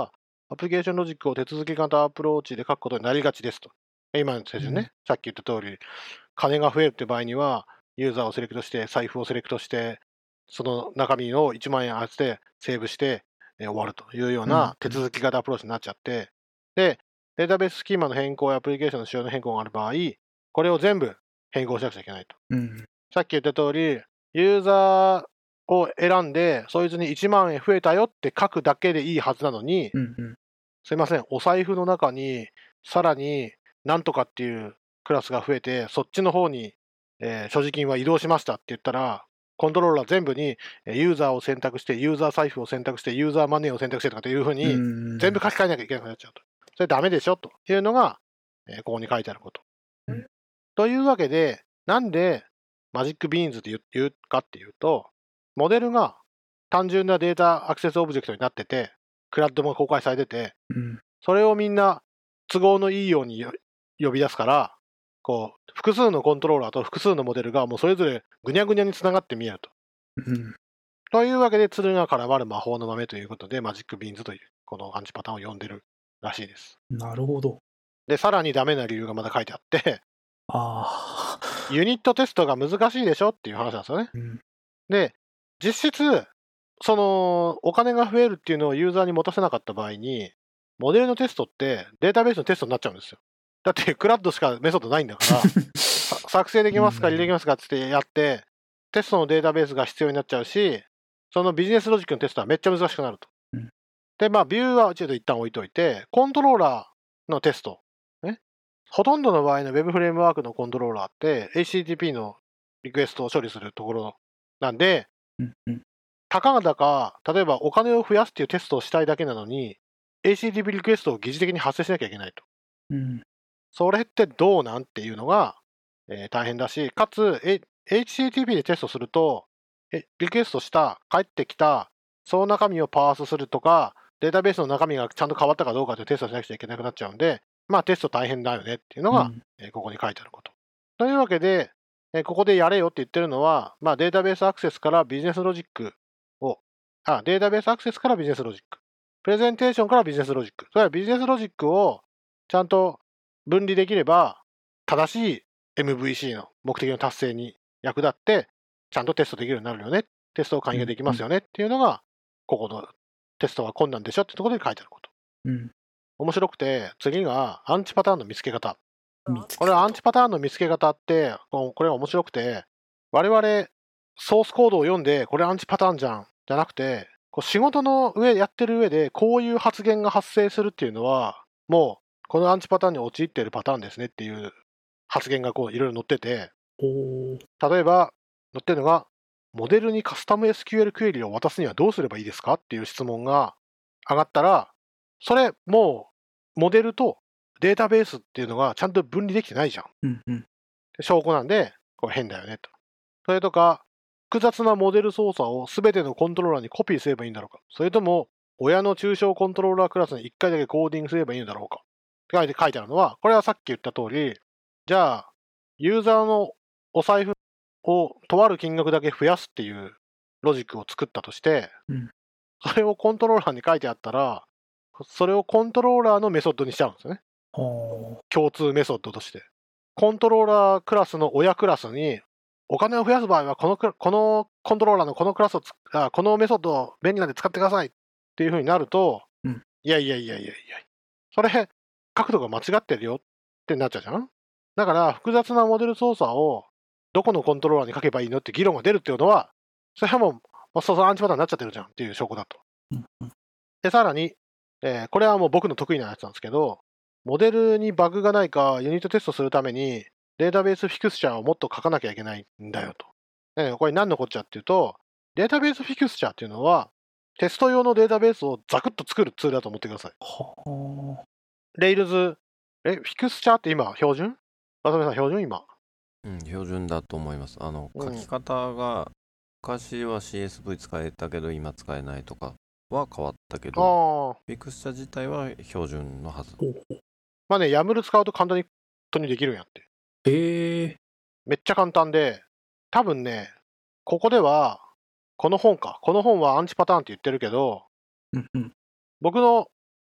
アプリケーションロジックを手続き型アプローチで書くことになりがちですと。今の説ね、うん、さっき言った通り、金が増えるって場合には、ユーザーをセレクトして、財布をセレクトして、その中身をいちまんえん当てて、セーブして、えー、終わるというような手続き型アプローチになっちゃって、うん、で、データベーススキーマの変更やアプリケーションの仕様の変更がある場合、これを全部変更しなくちゃいけないと。 うん、 さっき言った通り、ユーザーを選んで、そいつにいちまんえん増えたよって書くだけでいいはずなのに、 うんうん、 すいません、お財布の中に、さらになんとかっていうクラスが増えて、そっちの方に、えー、所持金は移動しましたって言ったら、コントローラー全部にユーザーを選択して、ユーザー財布を選択して、ユーザーマネーを選択してとかっていうふうに、全部書き換えなきゃいけなくなっちゃうと。それダメでしょというのが、えー、ここに書いてあること。うん、というわけで、なんでマジックビーンズって言うかっていうと、モデルが単純なデータアクセスオブジェクトになってて、クラッドも公開されてて、 うん、 それをみんな都合のいいように呼び出すから、こう、複数のコントローラーと複数のモデルがもうそれぞれぐにゃぐにゃにつながって見えると。 うん、 というわけで、鶴が絡まる魔法の豆ということで、マジックビーンズというこのアンチパターンを呼んでるらしいです。 なるほど。 で、さらにダメな理由がまだ書いてあって、 あユニットテストが難しいでしょっていう話なんですよね。 うん、で、 実質、そのお金が増えるっていうのをユーザーに持たせなかった場合に、モデルのテストってデータベースのテストになっちゃうんですよ。だってクラッドしかメソッドないんだから、作成できますか、履歴できますかってやって、テストのデータベースが必要になっちゃうし、そのビジネスロジックのテストはめっちゃ難しくなると。 うん、 で、まあ、ビューはちょっと一旦置いといて、コントローラーのテスト。ね、ほとんどの場合の Web フレームワークのコントローラーって エイチティーティーピー のリクエストを処理するところなんで、 うんうん、 たかがだか、例えばお金を増やすっていうテストをしたいだけなのに、エイチティーティーピー リクエストを疑似的に発生しなきゃいけないと。 うん、 それってどうなんっていうのが、えー、大変だし、かつ、エイチティーティーピー でテストすると、えリクエストした、返ってきた、その中身をパースするとか、データベースの中身がちゃんと変わったかどうかというテストしなくちゃいけなくなっちゃうんで、まあテスト大変だよねっていうのが、うんえー、ここに書いてあること。というわけで、えー、ここでやれよって言ってるのは、まあデータベースアクセスからビジネスロジックを、あ、データベースアクセスからビジネスロジック。プレゼンテーションからビジネスロジック。それはビジネスロジックをちゃんと分離できれば、正しい エムブイシー の目的の達成に役立って、ちゃんとテストできるようになるよね。テストを簡易化できますよねっていうのが、ここのテストは困難でしょってところで書いてあること。 うん、 面白くて、次がアンチパターンの見つけ方。これはアンチパターンの見つけ方って、これは面白くて、我々ソースコードを読んで、これアンチパターンじゃん、じゃなくて、こう仕事の上、やってる上で、こういう発言が発生するっていうのは、もう、このアンチパターンに陥っているパターンですねっていう発言がこういろいろ載ってて、例えば載ってるのが、モデルにカスタム エスキューエル クエリを渡すにはどうすればいいですかっていう質問が上がったら、それもうモデルとデータベースっていうのがちゃんと分離できてないじゃん。 うんうん、 証拠なんで、これ変だよねと。それとか、複雑なモデル操作を全てのコントローラーにコピーすればいいんだろうか。それとも、親の抽象コントローラークラスにいっかいだけコーディングすればいいんだろうか。って書いてあるのは、これはさっき言った通り、じゃあ、ユーザーのお財布をとある金額だけ増やすっていうロジックを作ったとして、 うん、 それをコントローラーに書いてあったら、それをコントローラーのメソッドにしちゃうんですよね。共通メソッドとして。コントローラークラスの親クラスに、お金を増やす場合はこの、このコントローラーのこのクラスをつあ、このメソッドを便利なんで使ってくださいっていう風になると、 うん、 いやいやいやいやいや、それ、角度が間違ってるよってなっちゃうじゃん。だから、複雑なモデル操作をどこのコントローラーに書けばいいのって議論が出るっていうのは、それはもう、まあ、そうそうアンチパターンになっちゃってるじゃんっていう証拠だと。 うんうん、 で、さらに、えー、これはもう僕の得意なやつなんですけど、モデルにバグがないかユニットテストするために、データベースフィクスチャーをもっと書かなきゃいけないんだよと。えー、これ何のこっちゃっていうと、データベースフィクスチャーっていうのは、テスト用のデータベースをザクッと作るツールだと思ってください。 はレイルズ、え、フィクスチャーって今、標準？渡辺さん、標準今。 うん、標準だと思います。あの、書き方が、昔は シーエスブイ 使えたけど、今使えないとかは変わったけど、フィクスチャー自体は標準のはず。 まあね、ヤムル使うと簡単に、本当にできるんやって。 へえ。 めっちゃ簡単で、多分ね、ここでは、この本か。この本はアンチパターンって言ってるけど、 うんうん、 僕の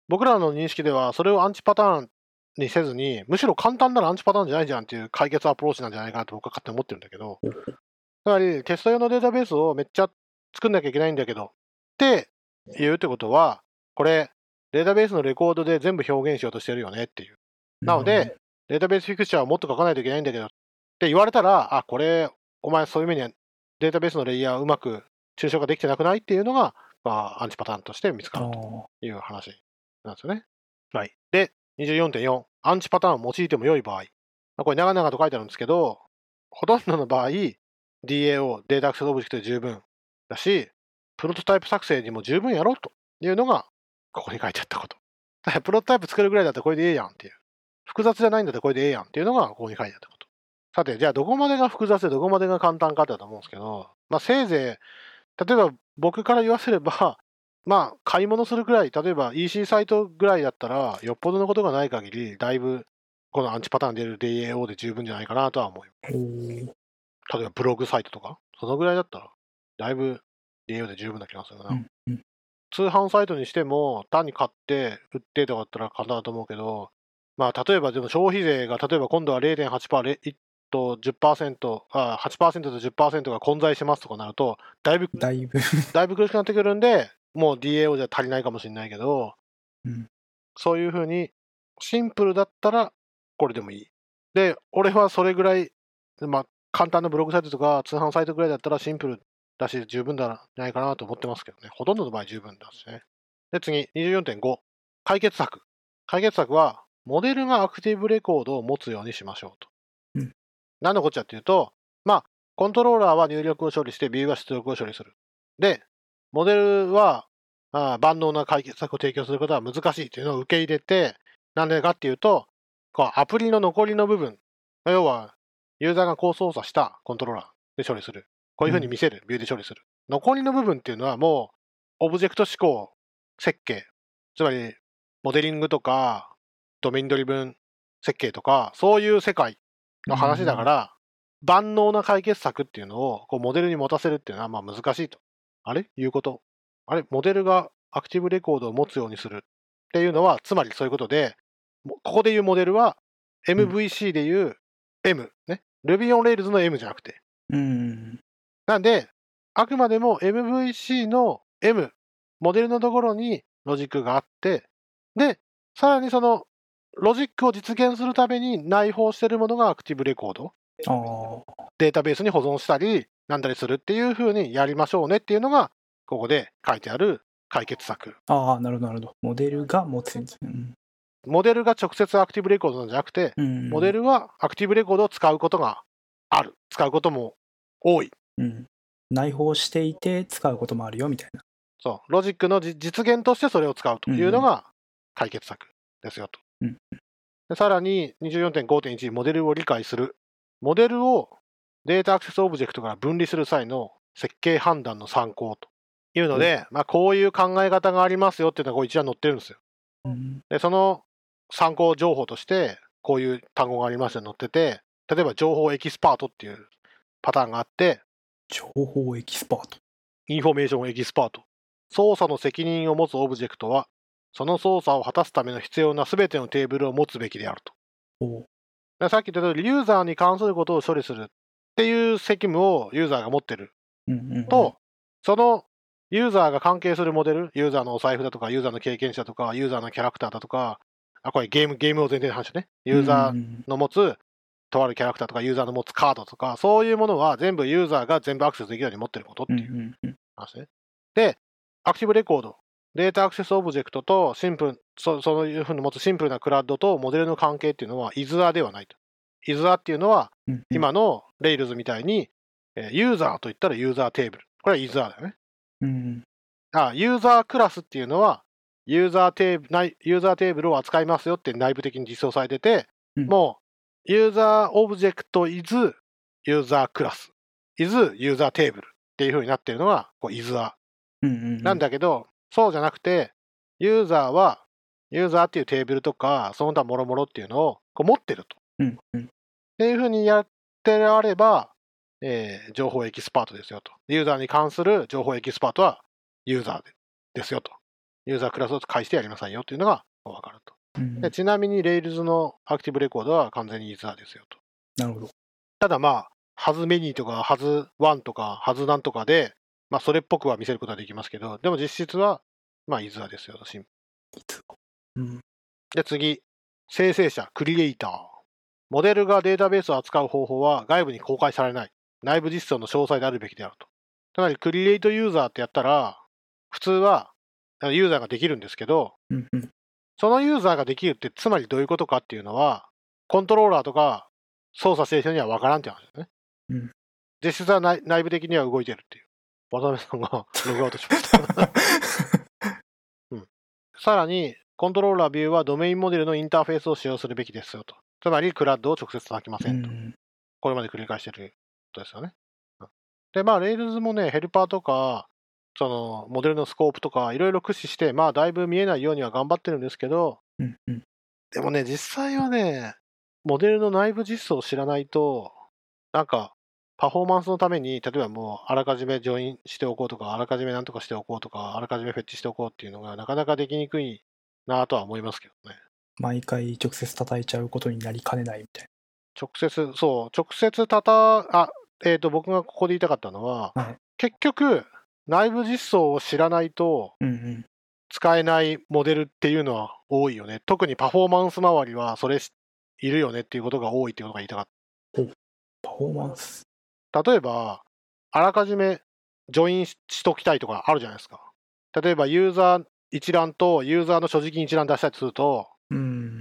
僕らの認識ではそれをアンチパターンにせずに、むしろ簡単ならアンチパターンじゃないじゃんっていう解決アプローチなんじゃないかなと僕は勝手に思ってるんだけど、つまりテスト用のデータベースをめっちゃ作んなきゃいけないんだけどって言うってことは、これデータベースのレコードで全部表現しようとしてるよねっていう。なので、データベースフィクチャーをもっと書かないといけないんだけどって言われたら、あ、これお前そういう目にはデータベースのレイヤーうまく抽象化できてなくないっていうのが、まあ、アンチパターンとして見つかるという話なんですよね。はい。で、にじゅうよんてんよん、アンチパターンを用いても良い場合。まあ、これ長々と書いてあるんですけど、ほとんどの場合、ディーエーオー、データアクセスオブジェクトで十分だし、プロトタイプ作成にも十分やろうというのが、ここに書いてあったこと。プロトタイプ作るぐらいだったらこれでええやんっていう。複雑じゃないんだったらこれでええやんっていうのがここに書いてあったこと。さて、じゃあどこまでが複雑でどこまでが簡単かってだと思うんですけど、まあせいぜい、例えば僕から言わせれば、まあ買い物するくらい、例えば イーシー サイトぐらいだったら、よっぽどのことがない限り、だいぶこのアンチパターン出る ディーエーオー で十分じゃないかなとは思うよ。例えばブログサイトとか、そのぐらいだったら、だいぶ ディーエーオー で十分な気がするな。うんうん、通販サイトにしても、単に買って売ってとかだったら簡単だと思うけど、まあ例えばでも消費税が例えば今度は れいてんはちパーセント、と じゅっパーセント、あ はちパーセント と じゅっパーセント が混在しますとかなると、だいぶ、 だいぶだいぶ苦しくなってくるんで、もう ディーエーオー じゃ足りないかもしれないけど、うん、そういうふうにシンプルだったらこれでもいい。で、俺はそれぐらい、まあ簡単なブログサイトとか通販サイトぐらいだったらシンプルだし十分じゃないかなと思ってますけどね。ほとんどの場合十分だしね。で、次、にじゅうよんてんご。解決策。解決策は、モデルがアクティブレコードを持つようにしましょうと。うん、何のこっちゃっていうと、まあ、コントローラーは入力を処理して、ビューは出力を処理する。で、モデルは、あ万能な解決策を提供することは難しいというのを受け入れて、なんでかっていうと、こうアプリの残りの部分、要は、ユーザーがこう操作したコントローラーで処理する。こういうふうに見せる、うん、ビューで処理する。残りの部分っていうのはもう、オブジェクト指向設計、つまり、モデリングとか、ドメインドリブン設計とか、そういう世界の話だから、うん、万能な解決策っていうのをこうモデルに持たせるっていうのはまあ難しいと。あれいうこと。あれモデルがアクティブレコードを持つようにするっていうのは、つまりそういうことで、ここでいうモデルは エムブイシー でいう M、ね。Ruby on Rails の M じゃなくて。 うん、 なんで、あくまでも エムブイシー の M、モデルのところにロジックがあって、で、さらにそのロジックを実現するために内包しているものがアクティブレコード。データベースに保存したり、なんだりするっていう風にやりましょうねっていうのが、ここで書いてある解決策。 ああ、なるほど、なるほど。モデルが持つんですね。うん、 モデルが直接アクティブレコードなんじゃなくて、うん、モデルはアクティブレコードを使うことがある。使うことも多い。 うん、内包していて使うこともあるよみたいな。 そう。ロジックの実現としてそれを使うというのが解決策ですよと。うん、でさらに にじゅうよんてんごてんいち モデルを理解する。モデルをデータアクセスオブジェクトから分離する際の設計判断の参考というので、うん、まあこういう考え方がありますよっていうのがこう一覧載ってるんですよ。うん、で、その参考情報としてこういう単語がありますよ載ってて、例えば情報エキスパートっていうパターンがあって、 情報エキスパート。 インフォメーションエキスパート。操作の責任を持つオブジェクトは、その操作を果たすための必要なすべてのテーブルを持つべきであると。おさっき言った通り、ユーザーに関することを処理するっていう責務をユーザーが持ってる。うんうんうん、と、そのユーザーが関係するモデル、ユーザーのお財布だとか、ユーザーの経験者とか、ユーザーのキャラクターだとか、あ、これゲーム、ゲームを前提の話ね。ユーザーの持つ、とあるキャラクターとか、ユーザーの持つカードとか、そういうものは全部ユーザーが全部アクセスできるように持ってることっていう話ね。で、アクティブレコード。データアクセスオブジェクトとシンプル、そそういうふうに持つシンプルなクラッドとモデルの関係っていうのはイズアではないと。イズアっていうのは、今の Rails みたいに、ユーザーといったらユーザーテーブル。これはイズアだよね。うん、あ、ユーザークラスっていうのは、ユーザーテーブル、ユーザーテーブルを扱いますよって内部的に実装されてて、うん、もう、ユーザーオブジェクト is ユーザークラス is ユーザーテーブルっていうふうになってるのが、こうイズア。うんうんうん、なんだけど、そうじゃなくて、ユーザーは、ユーザーっていうテーブルとか、その他もろもろっていうのをこう持ってると。うんうん、っていうふうにやってあれば、えー、情報エキスパートですよと。ユーザーに関する情報エキスパートはユーザーですよと。 ユーザークラスを介してやりなさいよというのが分かると。 うん、 でちなみに Rails のアクティブレコードは完全にイザーですよと。 なるほど。 ただまあ、ハズメニーとか、ハズワンとか、ハズなんとかで、まあ、それっぽくは見せることはできますけど、でも実質は、まあ、イザーですよと。 うん、 で、次、生成者、クリエイター。モデルがデータベースを扱う方法は外部に公開されない。内部実装の詳細であるべきであると。つまり、クリエイトユーザーってやったら、普通はユーザーができるんですけど、 うんうん、 そのユーザーができるって、つまりどういうことかっていうのは、コントローラーとか操作してる人には分からんって話ですね。 うん、 実質は内内部的には動いてるっていう。渡辺さんがログアウトしました、うん。さらに、コントローラービューはドメインモデルのインターフェースを使用するべきですよと。つまり、クラッドを直接叩きませんと。うん、これまで繰り返してることですよね。うん、で、まあ、Rails もね、ヘルパーとか、そのモデルのスコープとか、いろいろ駆使して、まあ、だいぶ見えないようには頑張ってるんですけど、 うんうん、 でもね、実際はね、モデルの内部実装を知らないと、なんか、パフォーマンスのために、例えばもう、あらかじめジョインしておこうとか、あらかじめなんとかしておこうとか、あらかじめフェッチしておこうっていうのが、なかなかできにくいなとは思いますけどね。 毎回直接叩いちゃうことになりかねないみたいな。 直接、そう、直接叩、あ、えっと、僕がここで言いたかったのは、 はい、 結局、内部実装を知らないと、 うんうん、 使えないモデルっていうのは多いよね。特にパフォーマンス周りは、それいるよねっていうことが多いっていうことが言いたかった。 パフォーマンス。 例えば、あらかじめジョインしときたいとかあるじゃないですか。例えば、ユーザー一覧とユーザーの所持金一覧出したりすると、 うん、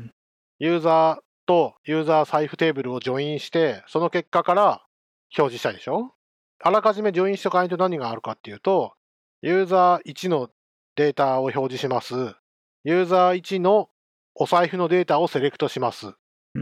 ユーザーとユーザー財布テーブルをジョインして、その結果から表示したいでしょ。あらかじめジョインしとかないと何があるかっていうと、ユーザーいちのデータを表示します。ユーザーいちのお財布のデータをセレクトします。 うん、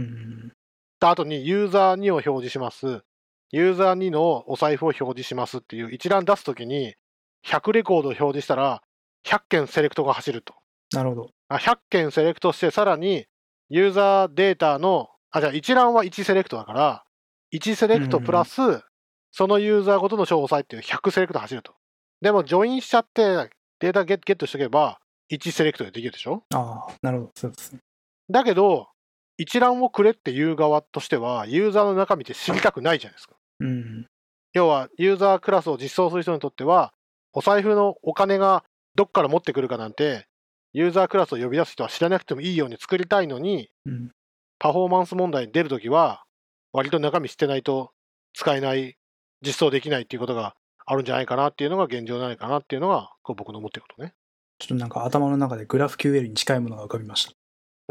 あとにユーザーにを表示します。ユーザーにのお財布を表示しますっていう一覧出すときに、ひゃくレコードを表示したら、ひゃっけんセレクトが走ると。 なるほど。 あひゃっけんセレクトして、さらにユーザーデータの、あ、じゃあ一覧はいちセレクトだから、いちセレクトプラス、そのユーザーごとの詳細っていうひゃくセレクト走ると。でも、ジョインしちゃってデータゲットしとけば、いちセレクトでできるでしょ。 ああ、なるほど。そうですね。 だけど、一覧をくれっていう側としては、ユーザーの中身って知りたくないじゃないですか。 うん、 要は、ユーザークラスを実装する人にとっては、お財布のお金がどっから持ってくるかなんて、ユーザークラスを呼び出す人は知らなくてもいいように作りたいのに、 うん、 パフォーマンス問題に出るときは、割と中身知ってないと使えない、実装できないっていうことがあるんじゃないかなっていうのが現状じゃないかなっていうのが、こう僕の思ってることね。 ちょっとなんか頭の中でグラフ キューエル に近いものが浮かびました。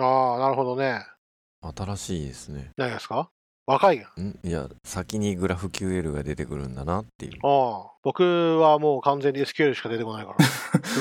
ああ、なるほどね。 新しいですね。 何ですか？若いがんいや、先にグラフ キューエル が出てくるんだなっていう。 ああ、僕はもう完全に エスキューエル しか出てこないから。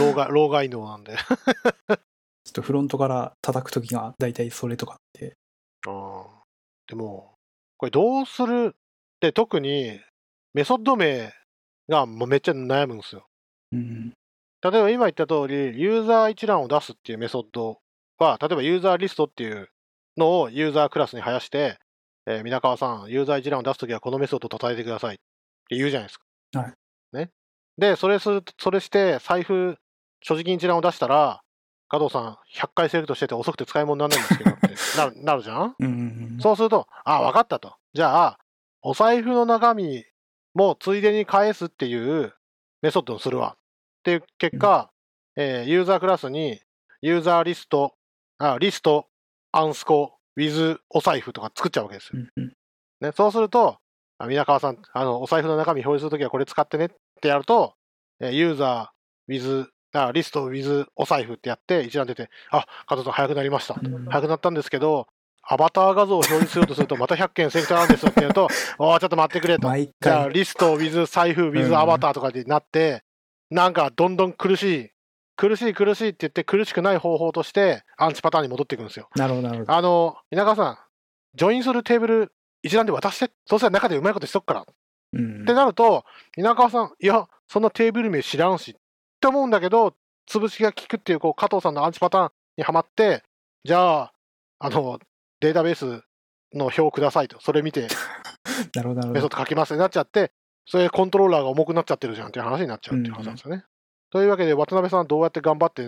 老害、老害能なんで。 ちょっとフロントから叩くときが大体それとかって。 ああ。でも、これどうするって特にメソッド名がめっちゃ悩むんですよ。 うん、 例えば今言った通り、ユーザー一覧を出すっていうメソッドは、例えばユーザーリストっていうのをユーザークラスに生やして、えー、皆川さん、ユーザー一覧を出すときはこのメソッドを叩いてくださいって言うじゃないですか。 はい。 ね。で、それする、それして、財布、所持金一覧を出したら、加藤さん、ひゃっかいセレクトしてて遅くて使い物にならないんですけどってなる、なるじゃん、 うんうんうん、 そうすると、あ、分かったと。じゃあ、お財布の中身もついでに返すっていうメソッドにするわ。っていう結果、うん、えー、ユーザークラスに、ユーザーリスト、あリスト、アンスコ、ウィズ、お財布とか作っちゃうわけですよ。 うんうん、 ね、そうすると、皆川さん、あの、お財布の中身表示するときはこれ使ってねってやると、ユーザー、ウィズ、あリスト、ウィズ、お財布ってやって一覧出て、あ、加藤さん早くなりました。うん、早くなったんですけど、アバター画像を表示しようとすると、またひゃっけんセレクトなんですよって言うと、おー、ちょっと待ってくれと。じゃあ、リスト、ウィズ、財布、ウィズ、アバターとかでなって、うん、なんかどんどん苦しい、苦しい苦しいって言って苦しくない方法としてアンチパターンに戻っていくんですよ。 なるほど、なるほど。 あの、稲川さん、ジョインするテーブル一覧で渡して、そうしたら中でうまいことしとくから。うん、ってなると、稲川さん、いや、そんなテーブル名知らんしって思うんだけど、潰しが効くっていうこう加藤さんのアンチパターンにはまって、じゃあ、あの、データベースの表をくださいと、それ見て、 なるほど、 メソッド書きますってなっちゃって、それでコントローラーが重くなっちゃってるじゃんっていう話になっちゃうっていう話なんですよね。うん、というわけで、渡辺さん、どうやって頑張って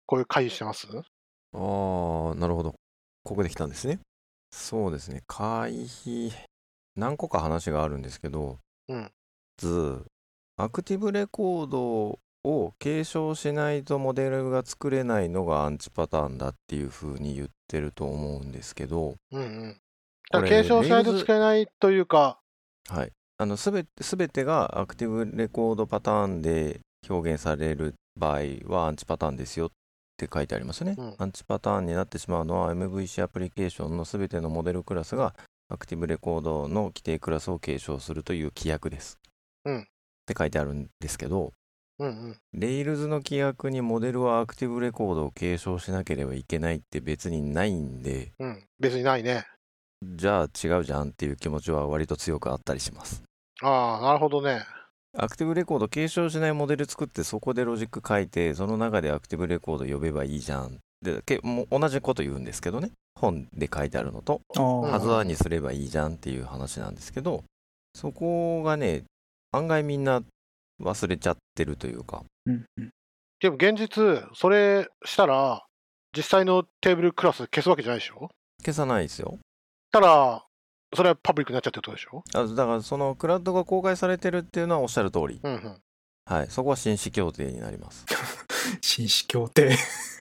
こういう回避してます？ ああ、なるほど。ここで来たんですね。そうですね。回避、何個か話があるんですけど、 うん。 まず、アクティブレコードを継承しないとモデルが作れないのがアンチパターンだっていう風に言ってると思うんですけど、 うんうん。だから継承しないと作れないというか、 はい。あの、すべて、すべてがアクティブレコードパターンで表現される場合はアンチパターンですよって書いてありますね。 うん、 アンチパターンになってしまうのは エムブイシー アプリケーションのすべてのモデルクラスがアクティブレコードの規定クラスを継承するという規約です。 うん。 って書いてあるんですけど、 うんうん。 Rails の規約にモデルはアクティブレコードを継承しなければいけないって別にないんで、 うん。別にないね。 じゃあ違うじゃんっていう気持ちは割と強くあったりします。 ああ、なるほどね。 アクティブレコード継承しないモデル作ってそこでロジック書いてその中でアクティブレコード呼べばいいじゃんでけもう同じこと言うんですけどね、本で書いてあるのとハズワーにすればいいじゃんっていう話なんですけど、そこがね案外みんな忘れちゃってるというか、 うんうん、 でも現実それしたら実際のテーブルクラス消すわけじゃないでしょ？ 消さないですよ。 ただそれはパブリックになっちゃってるってことでしょ？ あだからそのクラウドが公開されてるっていうのはおっしゃる通り、 うんうん、 はい、そこは紳士協定になります紳士協定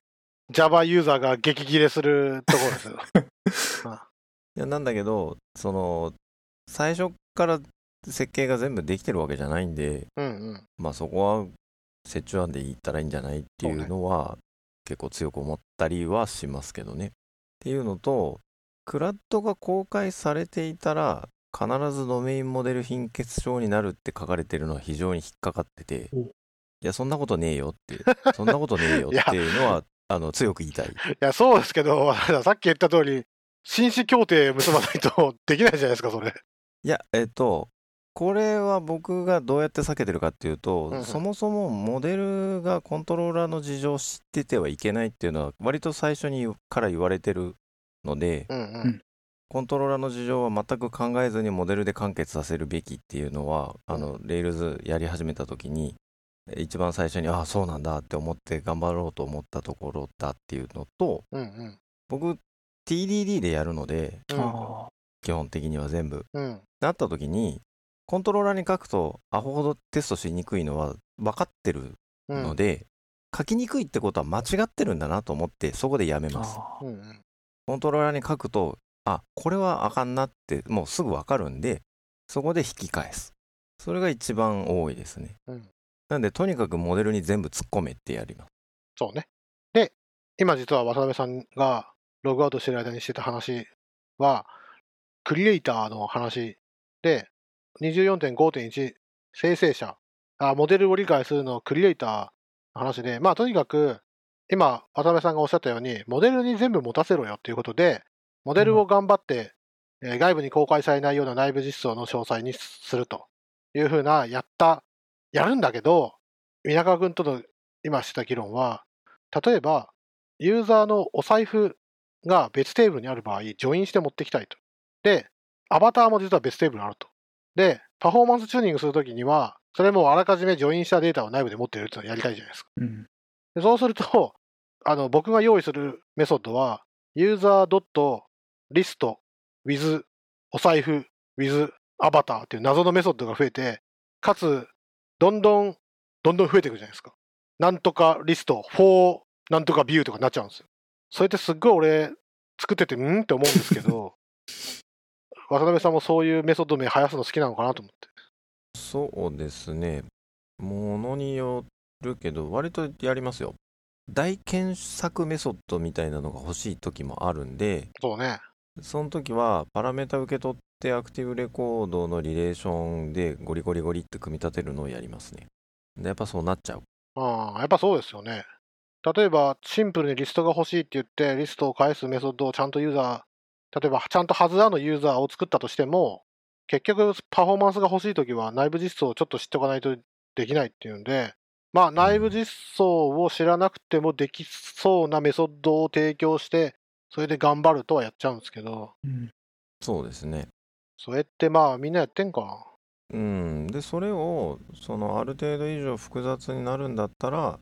Java ユーザーが激切れするところですよいやなんだけどその最初から設計が全部できてるわけじゃないんで、 うんうん、 まあそこは折衷案で言ったらいいんじゃないっていうのは結構強く思ったりはしますけどね。っていうのと、クラッドが公開されていたら必ずドメインモデル貧血症になるって書かれてるのは非常に引っかかってて、いやそんなことねえよってそんなことねえよっていうのはあの強く言いたい。いやそうですけどさっき言った通り紳士協定結ばないとできないじゃないですかそれ。 いやえっとこれは僕がどうやって避けてるかっていうと、うんうん、そもそもモデルがコントローラーの事情を知っててはいけないっていうのは割と最初にから言われてるので、うんうん、コントローラーの事情は全く考えずにモデルで完結させるべきっていうのは、うん、あの Rails やり始めた時に一番最初にああそうなんだって思って頑張ろうと思ったところだっていうのと、うんうん、僕 ティーディーディー でやるので、うん、基本的には全部、うん、なった時にコントローラーに書くとアホほどテストしにくいのは分かってるので、うん、書きにくいってことは間違ってるんだなと思ってそこでやめます。うん、コントローラーに書くとあこれはあかんなってもうすぐ分かるんでそこで引き返す。それが一番多いですね。うん、なんでとにかくモデルに全部突っ込めってやります。 そうね。で今実は渡辺さんがログアウトしてる間にしてた話はクリエイターの話でにじゅうよんてんごてんいち 生成者あ、モデルを理解するのクリエイターの話で、まあとにかく今渡辺さんがおっしゃったようにモデルに全部持たせろよということでモデルを頑張って、うんえー、外部に公開されないような内部実装の詳細にするというふうなやったやるんだけど皆川君との今してた議論は例えばユーザーのお財布が別テーブルにある場合ジョインして持ってきたいと。でアバターも実は別テーブルにあると。で、パフォーマンスチューニングするときには、それもあらかじめジョインしたデータを内部で持っているっていうのをやりたいじゃないですか。うん、でそうすると、あの僕が用意するメソッドは、ユーザー .list with お財布 with アバターっていう謎のメソッドが増えて、かつ、どんどん、どんどん増えていくじゃないですか。なんとかリスト for なんとかビューとかになっちゃうんですよ。それってすっごい俺、作ってて、んって思うんですけど、渡辺さんもそういうメソッド名生やすの好きなのかなと思って。 そうですね。ものによるけど割とやりますよ。大検索メソッドみたいなのが欲しい時もあるんで、 そうね。 その時はパラメータ受け取ってアクティブレコードのリレーションでゴリゴリゴリって組み立てるのをやりますね。でやっぱそうなっちゃう。 ああ、やっぱそうですよね。例えばシンプルにリストが欲しいって言ってリストを返すメソッドをちゃんとユーザー例えばちゃんとハズアのユーザーを作ったとしても結局パフォーマンスが欲しいときは内部実装をちょっと知っておかないとできないっていうんでまあ内部実装を知らなくてもできそうなメソッドを提供してそれで頑張るとはやっちゃうんですけど、 うん、そうですね。 それってまあみんなやってんか。 うんでそれをそのある程度以上複雑になるんだったら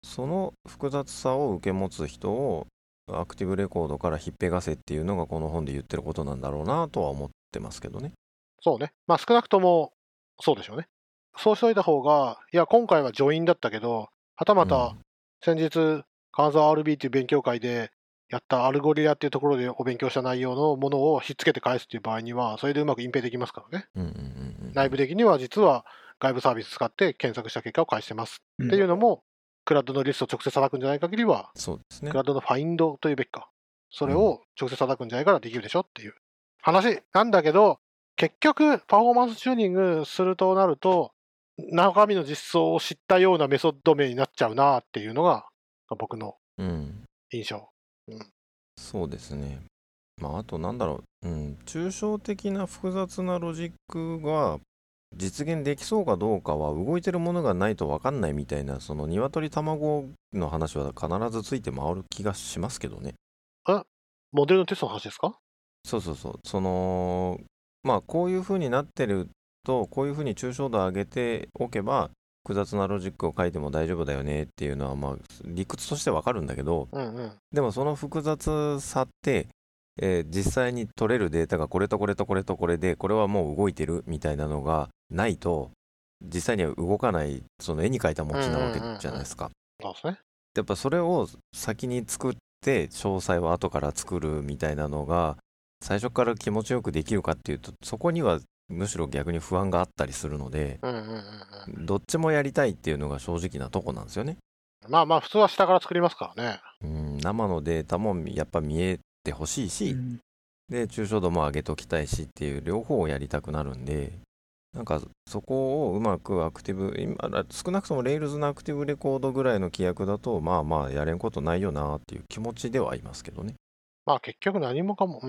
その複雑さを受け持つ人をアクティブレコードから引っぺがせっていうのがこの本で言ってることなんだろうなとは思ってますけどね。 そうね。まあ少なくともそうでしょうね。そうしといた方が、いや、今回は助員だったけど、はたまた先日、金沢 アールビー という勉強会でやったアルゴリラっていうところでお勉強した内容のものをひっつけて返すっていう場合には、それでうまく隠蔽できますからね。 うんうんうんうん、 内部的には実は外部サービス使って検索した結果を返してますっていうのも、うん、クラウドのリストを直接叩くんじゃない限りは、 そうですね、 クラウドのファインドというべきか、それを直接叩くんじゃないからできるでしょっていう話なんだけど、結局パフォーマンスチューニングするとなると、中身の実装を知ったようなメソッド名になっちゃうなっていうのが僕の印象、 うんうん、そうですね。まああとなんだろう、うん、抽象的な複雑なロジックが実現できそうかどうかは動いてるものがないと分かんないみたいな、その鶏卵の話は必ずついて回る気がしますけどね。 え、モデルのテストの話ですか？ そうそうそう、そのまあこういう風になってると、こういう風に抽象度を上げておけば複雑なロジックを書いても大丈夫だよねっていうのはまあ理屈として分かるんだけど、 うんうん、 でもその複雑さって、えー、実際に取れるデータがこれとこれとこれとこれで、これはもう動いてるみたいなのがないと実際には動かない、その絵に描いた餅なわけじゃないですか。 そうですね。 やっぱそれを先に作って詳細は後から作るみたいなのが最初から気持ちよくできるかっていうと、そこにはむしろ逆に不安があったりするので、 うんうんうんうん、 どっちもやりたいっていうのが正直なとこなんですよね。 まあまあ普通は下から作りますからね。 うん、生のデータもやっぱ見えてほしいし、うん、で抽象度も上げときたいしっていう両方をやりたくなるんで、なんかそこをうまくアクティブ、今少なくとも Rails のアクティブレコードぐらいの規約だとまあまあやれんことないよなっていう気持ちではありますけどね。 まあ結局何もかも、うん、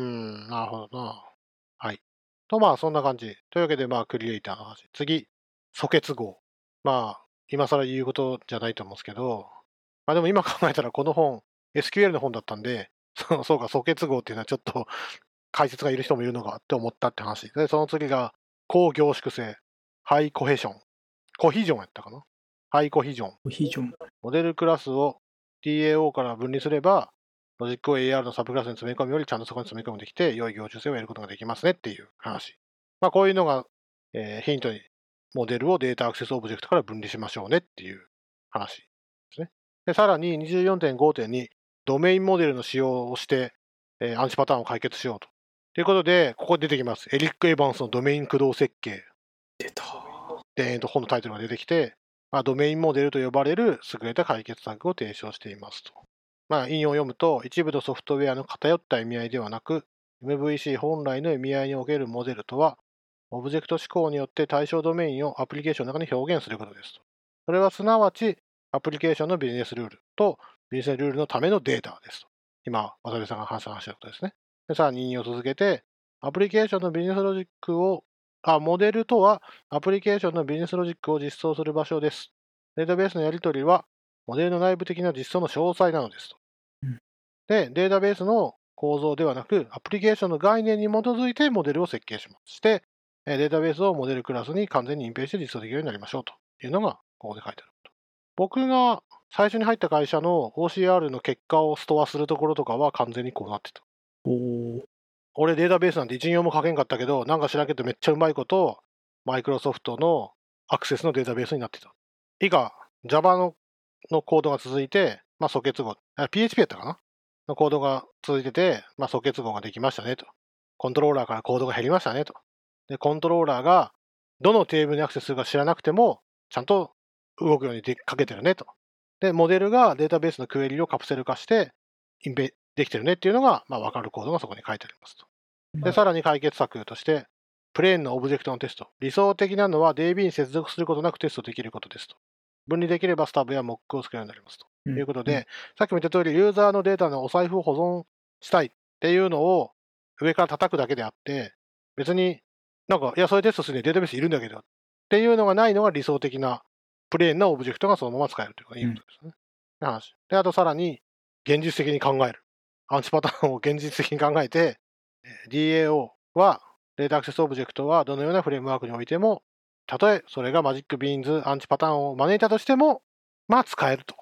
なるほどな。はい。とまあそんな感じ。というわけでまあクリエイターの話。次、素結合。まあ今更言うことじゃないと思うんですけど、まあでも今考えたらこの本、エスキューエル の本だったんで、そうそうか、素結合っていうのはちょっと解説がいる人もいるのかって思ったって話。で、その次が、高凝縮性、ハイコヘション。コヒジョンやったかな？ハイコヒジョン。 コヒジョン。 モデルクラスを ティーエーオー から分離すれば、ロジックを エーアール のサブクラスに詰め込むよりちゃんとそこに詰め込むできて、良い凝縮性を得ることができますねっていう話。まあこういうのが、えー、ヒントに、モデルをデータアクセスオブジェクトから分離しましょうねっていう話ですね。で、さらに にじゅうよんてんごてんに ドメインモデルの使用をして、えー、アンチパターンを解決しようと。ということで、ここで出てきます。エリック・エヴァンスのドメイン駆動設計。 出た。 で、本のタイトルが出てきて、まあ、ドメインモデルと呼ばれる優れた解決策を提唱していますと。まあ、引用を読むと、一部のソフトウェアの偏った意味合いではなく、エムブイシー 本来の意味合いにおけるモデルとは、オブジェクト指向によって対象ドメインをアプリケーションの中に表現することですと。それはすなわち、アプリケーションのビジネスルールとビジネスルールのためのデータですと。今、渡辺さんが話したことですね。でさらに引用を続けて、アプリケーションのビジネスロジックを、あ、モデルとはアプリケーションのビジネスロジックを実装する場所です。データベースのやり取りは、モデルの内部的な実装の詳細なのですと。うん、で、データベースの構造ではなく、アプリケーションの概念に基づいてモデルを設計しまして、データベースをモデルクラスに完全に隠蔽して実装できるようになりましょうというのが、ここで書いてあると。僕が最初に入った会社の オーシーアール の結果をストアするところとかは完全にこうなってた。 お俺データベースなんて一行も書けんかったけど、なんか知らんけどめっちゃうまいこと、マイクロソフトのアクセスのデータベースになってた。以下、Java ののコードが続いて、まあ、素結合、ピーエイチピー やったかなのコードが続いてて、まあ、素結合ができましたねと。コントローラーからコードが減りましたねと。で、コントローラーがどのテーブルにアクセスするか知らなくても、ちゃんと動くようにでかけてるねと。で、モデルがデータベースのクエリをカプセル化して、インペできてるねっていうのが、まあ、分かるコードがそこに書いてありますと。で、さらに解決策として、プレーンのオブジェクトのテスト。理想的なのは ディービー に接続することなくテストできることですと。分離できればスタブやモックを作るようになりますと。うん、いうことで、うん、さっきも言った通り、ユーザーのデータのお財布を保存したいっていうのを上から叩くだけであって、別になんか、いや、そういうテストするにはデータベースいるんだけどっていうのがないのが理想的なプレーンなオブジェクトがそのまま使えるというか、いいことですね。うん、話。で、あとさらに、現実的に考える。アンチパターンを現実的に考えて、ディーエーオー は、データアクセスオブジェクトはどのようなフレームワークにおいても、たとえそれがマジックビーンズアンチパターンを招いたとしても、まあ使えると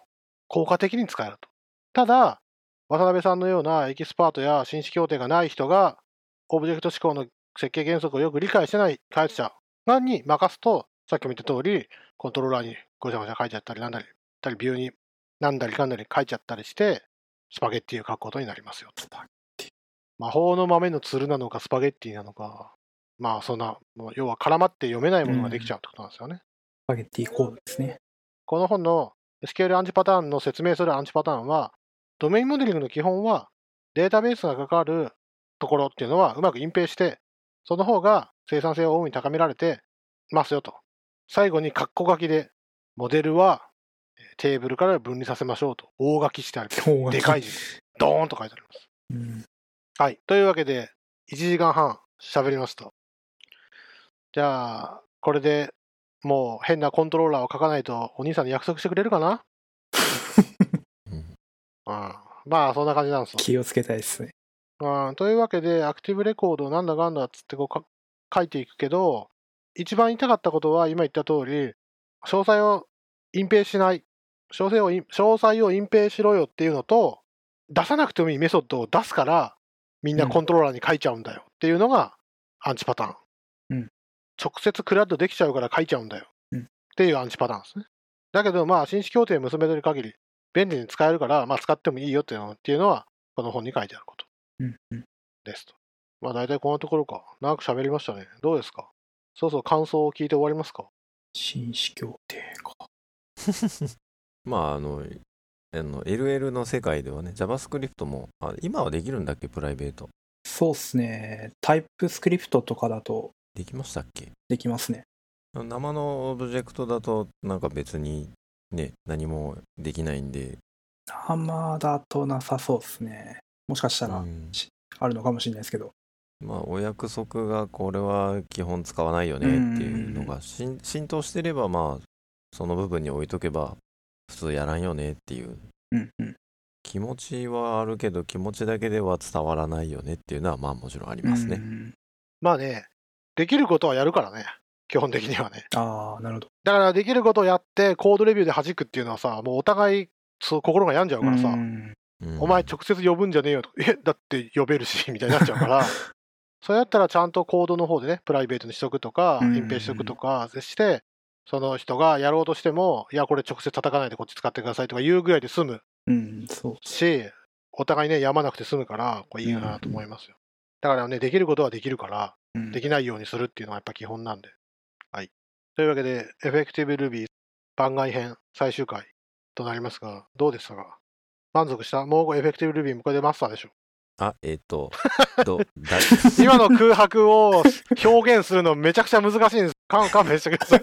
効果的に使えると。ただ、渡辺さんのようなエキスパートや紳士協定がない人が、オブジェクト思考の設計原則をよく理解してない開発者に任すと、さっきも言った通り、コントローラーにごちゃごちゃ書いちゃったり、なんだり、たりビューになんだりかんだり書いちゃったりして、スパゲッティを書くことになりますよと。魔法の豆の鶴なのかスパゲッティなのか、まあそんな、要は絡まって読めないものができちゃうってことなんですよね。 スパゲッティコードですね。 この本の エスキューエル アンチパターンの説明するアンチパターンは、ドメインモデリングの基本は、データベースが関わるところっていうのはうまく隠蔽して、その方が生産性を大いに高められてますよと。最後にカッコ書きで、モデルはテーブルから分離させましょうと。大書きしてある。でかい字で、ドーンと書いてあります。うん、はい。というわけで、いちじかんはん喋りました。じゃあ、これでもう変なコントローラーを書かないとお兄さんに約束してくれるかなうん、まあ、そんな感じなんですよ。 気をつけたいですね。 うん、というわけで、アクティブレコードなんだかんだっつってこうか書いていくけど、一番言いたかったことは今言った通り、詳細を隠蔽しない。詳細を詳細を隠蔽しろよっていうのと、出さなくてもいいメソッドを出すから、みんなコントローラーに書いちゃうんだよっていうのがアンチパターン。うん、直接クラッドできちゃうから書いちゃうんだよっていうアンチパターンですね。だけど、まあ、紳士協定結べてる限り、便利に使えるから、まあ、使ってもいいよっていうのっていうのは、この本に書いてあることですと。まあ、大体こんなところか。長く喋りましたね。どうですか？そうそう、感想を聞いて終わりますか？ 紳士協定か。 まあ、あの、あの エルエル の世界ではね、JavaScript も、あ、今はできるんだっけ、プライベート。 そうっすね。タイプスクリプトとかだと。 できましたっけ？ できますね。 生のオブジェクトだと、なんか別にね、何もできないんで。 生だとなさそうですね。もしかしたら、うん、あるのかもしれないですけど。 まあ、お約束がこれは基本使わないよねっていうのが浸透してれば、まあ、その部分に置いとけば、普通やらんよねっていう。 うんうん、 気持ちはあるけど、気持ちだけでは伝わらないよねっていうのは、まあもちろんありますね。 うん、まあね、できることはやるからね。基本的にはね。 ああ、なるほど。 だからできることをやってコードレビューで弾くっていうのはさ、もうお互いそう心が病んじゃうからさ、お前直接呼ぶんじゃねえよと、え、だって呼べるしみたいになっちゃうから、それだったらちゃんとコードの方でね、プライベートにしとくとか、隠蔽しとくとかして、その人がやろうとしても、いや、これ直接叩かないでこっち使ってくださいとか言うぐらいで済むし、お互いね、病まなくて済むから、これいいかなと思いますよ。だからね、できることはできるから、できないようにするっていうのはやっぱ基本なんで。はい。というわけで、エフェクティブ Ruby 番外編最終回となりますが、どうでしたか？満足した？もうエフェクティブ Ruby もこれでマスターでしょ？ あ、えっと、どだ今の空白を表現するのめちゃくちゃ難しいんです。勘弁してください。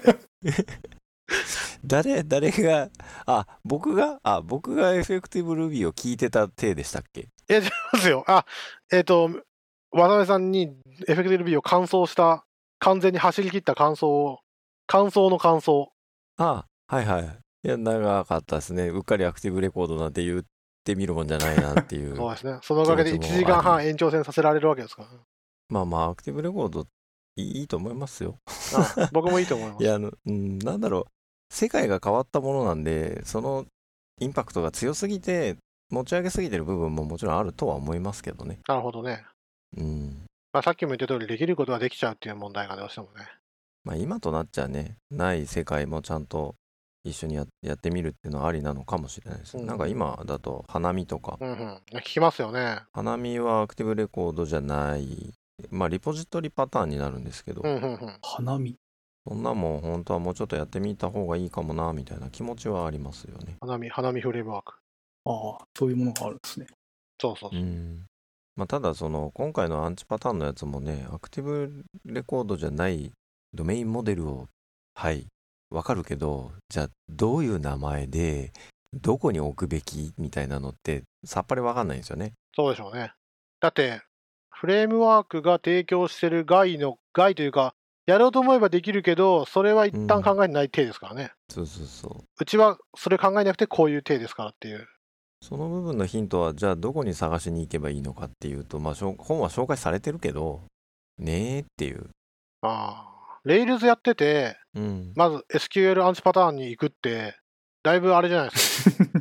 誰、誰が、あ、僕が、あ、僕がエフェクティブ Ruby を聞いてた体でしたっけ？ いや、違いますよ。あ、えっと、渡辺さんにエフェクティブ Ruby を完走した、完全に走り切った感想を、感想の感想。 あ、はいはい。いや、長かったですね。うっかりアクティブレコードなんて言ってみるもんじゃないなっていう。 そうですね。そのおかげでいちじかんはん延長戦させられるわけですから。 まあまあ、アクティブレコードいいと思いますよ。 あ、僕もいいと思います。 いや、あの、うん、なんだろう。世界が変わったものなんで、そのインパクトが強すぎて、持ち上げすぎてる部分ももちろんあるとは思いますけどね。 なるほどね。 うん。 まあ、さっきも言った通り、できることができちゃうっていう問題がどうしてもね。 まあ、今となっちゃね、ない世界もちゃんと一緒に や, やってみるっていうのはありなのかもしれないです、うん、なんか今だと花見とか、 うんうん、聞きますよね。 花見はアクティブレコードじゃない、まあリポジトリパターンになるんですけど、 うんうんうん、 花見そんなもん本当はもうちょっとやってみた方がいいかもなみたいな気持ちはありますよね。 花見花見フレームワーク、 ああ、そういうものがあるんですね。 そうそうそう、うん、 まあ、ただその今回のアンチパターンのやつもね、アクティブレコードじゃないドメインモデルを、はいわかるけど、じゃあどういう名前でどこに置くべきみたいなのってさっぱりわかんないんですよね。 そうでしょうね。だってフレームワークが提供してる害の害というか、やろうと思えばできるけど、それは一旦考えない体ですからね、 うん、そうそうそう。 うちはそれ考えなくてこういう体ですからっていう。 その部分のヒントは、じゃあどこに探しに行けばいいのかっていうと、まあ、本は紹介されてるけどねーっていう。 ああ、Rails やってて、うん、まず エスキューエル アンチパターンに行くってだいぶあれじゃないですか。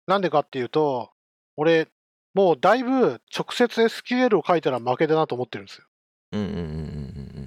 なんでかっていうと、俺、もうだいぶ直接 エスキューエル を書いたら負けだなと思ってるんですよ。 うんうんうんうんうん。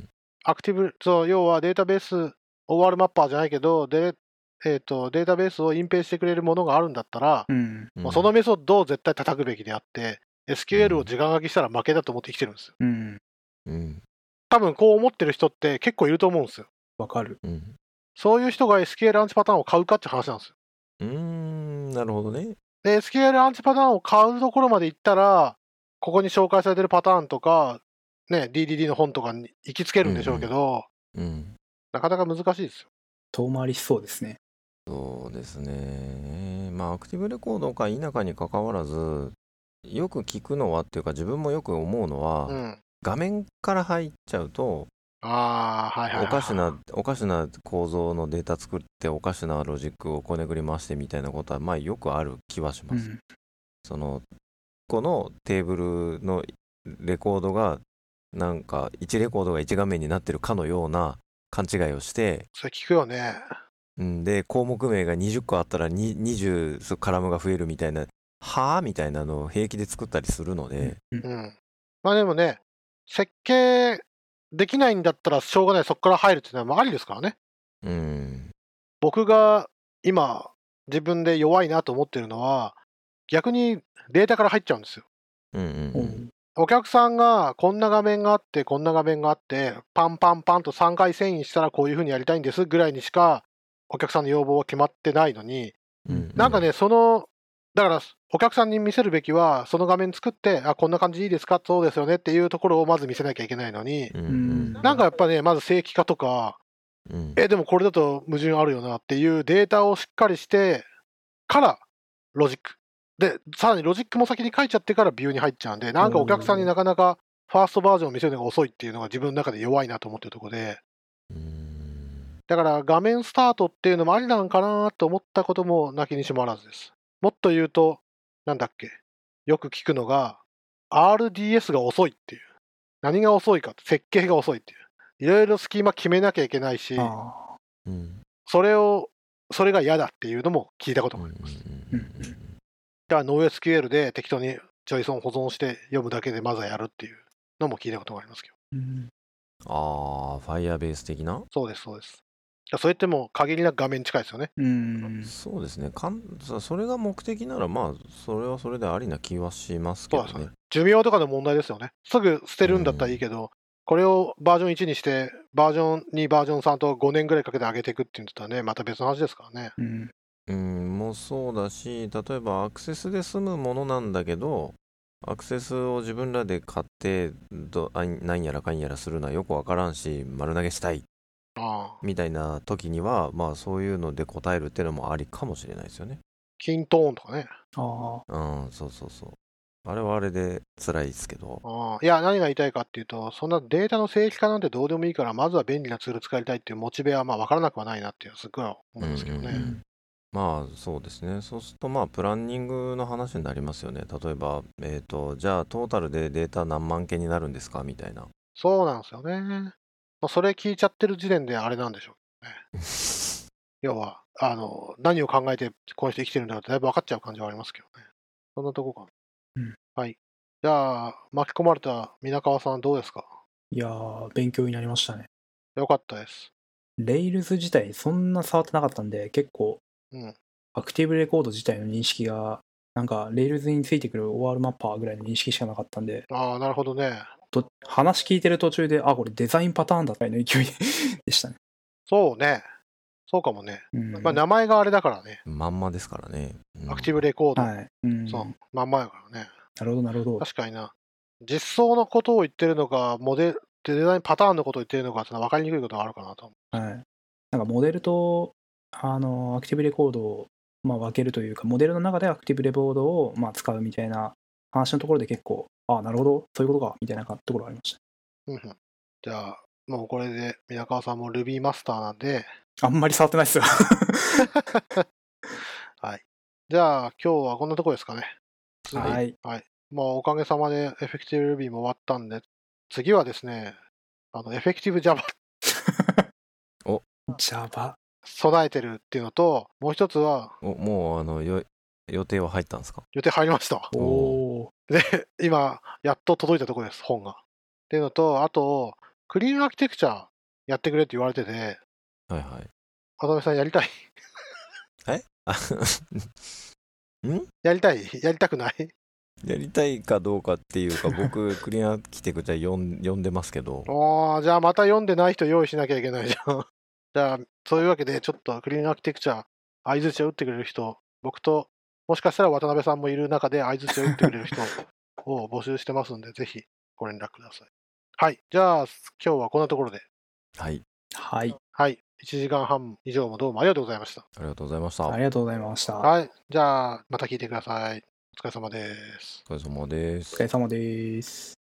アクティブ、そう、要はデータベース、オーアール マッパーじゃないけど、でえーと、データベースを隠蔽してくれるものがあるんだったら、 うん、 もうそのメソッドを絶対叩くべきであって、エスキューエル を時間書きしたら負けだと思って生きてるんですよ。 うんうん。 多分こう思ってる人って結構いると思うんですよ。 わかる。 うん。 そういう人が エスキューエル アンチパターンを買うかって話なんですよ。 うーん、なるほどね。 で、エスキューエル アンチパターンを買うところまで行ったら、ここに紹介されてるパターンとか、ね、ディーディーディー の本とかに行きつけるんでしょうけど、 うん、うん。 なかなか難しいですよ。 遠回りしそうですね。 そうですね。まあ、アクティブレコードか否かにかかわらず、よく聞くのはっていうか、自分もよく思うのは、 うん、 画面から入っちゃうと、 ああ、はいはいはい、はい。 おかしな、おかしな構造のデータ作って、おかしなロジックをこねくり回してみたいなことは、まあ、よくある気はします。うん、その、このテーブルのレコードが、なんか、いちレコードがいち画面になってるかのような勘違いをして、 それ聞くよね。 で項目名がにじゅっこあったらにじゅうカラムが増えるみたいなはぁみたいなのを平気で作ったりするので、 うんうん、まあでもね、設計できないんだったらしょうがない、そこから入るっていうのはありですからね。 うん、 僕が今自分で弱いなと思ってるのは、逆にデータから入っちゃうんですよ。 うんうんうん、 お客さんがこんな画面があってこんな画面があってパンパンパンとさんかい遷移したらこういう風にやりたいんですぐらいにしかお客さんの要望は決まってないのに、うんうん、なんかね、そのだからお客さんに見せるべきはその画面作って、あ、こんな感じいいですか、そうですよねっていうところをまず見せなきゃいけないのに、うんうん、なんかやっぱね、まず正規化とか、うん、えでもこれだと矛盾あるよなっていうデータをしっかりしてからロジックで、さらにロジックも先に書いちゃってからビューに入っちゃうんで、なんかお客さんになかなかファーストバージョンを見せるのが遅いっていうのが自分の中で弱いなと思ってるところで、だから画面スタートっていうのもありなんかなと思ったこともなきにしもあらずです。もっと言うと、なんだっけ、よく聞くのが アールディーエス が遅いっていう。何が遅いかって、設計が遅いっていう。いろいろスキーマ決めなきゃいけないし、うん、それを、それが嫌だっていうのも聞いたことがあります。だからノーエスキューエル で適当に JSON 保存して読むだけでまずはやるっていうのも聞いたことがありますけど。うん、 ああ、Firebase 的な？ そうです、そうです。それってもう限りなく画面近いですよね。 うん、そうですねかん。それが目的なら、まあ、それはそれでありな気はしますけどね。そうですね。 寿命とかの問題ですよね。すぐ捨てるんだったらいいけど、うん、これをバージョンいちにして、バージョンに、バージョンさんとごねんぐらいかけて上げていくっていうんだったらね、また別の話ですからね。うん、 うんもうそうだし、例えばアクセスで済むものなんだけど、アクセスを自分らで買ってど何やらかんやらするのはよくわからんし、丸投げしたいみたいな時には、まあそういうので答えるっていうのもありかもしれないですよね。 キントーンとかね。 ああ。うん、そうそうそう。あれはあれで辛いですけど。 あいや、何が言いたいかっていうと、そんなデータの正規化なんてどうでもいいから、まずは便利なツール使いたいっていうモチベはまあ分からなくはないなっていう、すっごい思いますけどね。うんうんうん、 まあそうですね。そうするとまあプランニングの話になりますよね。例えば、えっと、じゃあトータルでデータ何万件になるんですかみたいな。 そうなんですよね。まあ、それ聞いちゃってる時点であれなんでしょうね。要は、あの、何を考えてこの人生きてるんだろうってだいぶ分かっちゃう感じはありますけどね。そんなとこかな。うん、はい。じゃあ、巻き込まれた皆川さんどうですか？ いやー、勉強になりましたね。 よかったです。 レイルズ自体そんな触ってなかったんで、結構、うん、アクティブレコード自体の認識が、なんか、レイルズについてくる オーアール マッパーぐらいの認識しかなかったんで。 ああ、なるほどね。 と話聞いてる途中で、あ、これデザインパターンだったりの勢いでしたね。 そうね。そうかもね。うん、まあ、名前があれだからね。 まんまですからね。 うん、アクティブレコード。 はい。うん、 そう。まんまやからね。 なるほど、なるほど。 確かにな。実装のことを言ってるのか、モデル、デザインパターンのことを言ってるのかってのは分かりにくいことがあるかなと思う。はい。なんかモデルと、あの、アクティブレコードを、まあ、分けるというか、モデルの中でアクティブレコードを、まあ、使うみたいな話のところで結構、ああ、なるほど、そういうことか、みたいなところがありました。 うんうん。じゃあ、もうこれで、皆川さんも Ruby マスターなんで。 あんまり触ってないっすよ。 はい。じゃあ、今日はこんなところですかね。 はい。 はい。もうおかげさまで Effective Ruby も終わったんで、次はですね、あの、Effective Java お Java 備えてるっていうのと、もう一つは、 おもうあのよ予定は入ったんですか？ 予定入りました。 おで、今、やっと届いたところです、本が。っていうのと、あと、クリーンアーキテクチャやってくれって言われてて、 はいはい。 渡辺さんやりたいえんやりたいやりたくないやりたいかどうかっていうか、僕、クリーンアーキテクチャ読ん読んでますけど。 ああ、じゃあまた読んでない人用意しなきゃいけないじゃん。じゃあ、そういうわけで、ちょっとクリーンアーキテクチャ、相づちを打ってくれる人、僕と、もしかしたら渡辺さんもいる中で相づちを打ってくれる人を募集してますんで、ぜひご連絡ください。はい。じゃあ、今日はこんなところで。 はい。 はい。 はい。いちじかんはん以上もどうもありがとうございました。 ありがとうございました。 ありがとうございました。 はい。じゃあ、また聞いてください。お疲れ様です。 お疲れ様です。 お疲れ様です。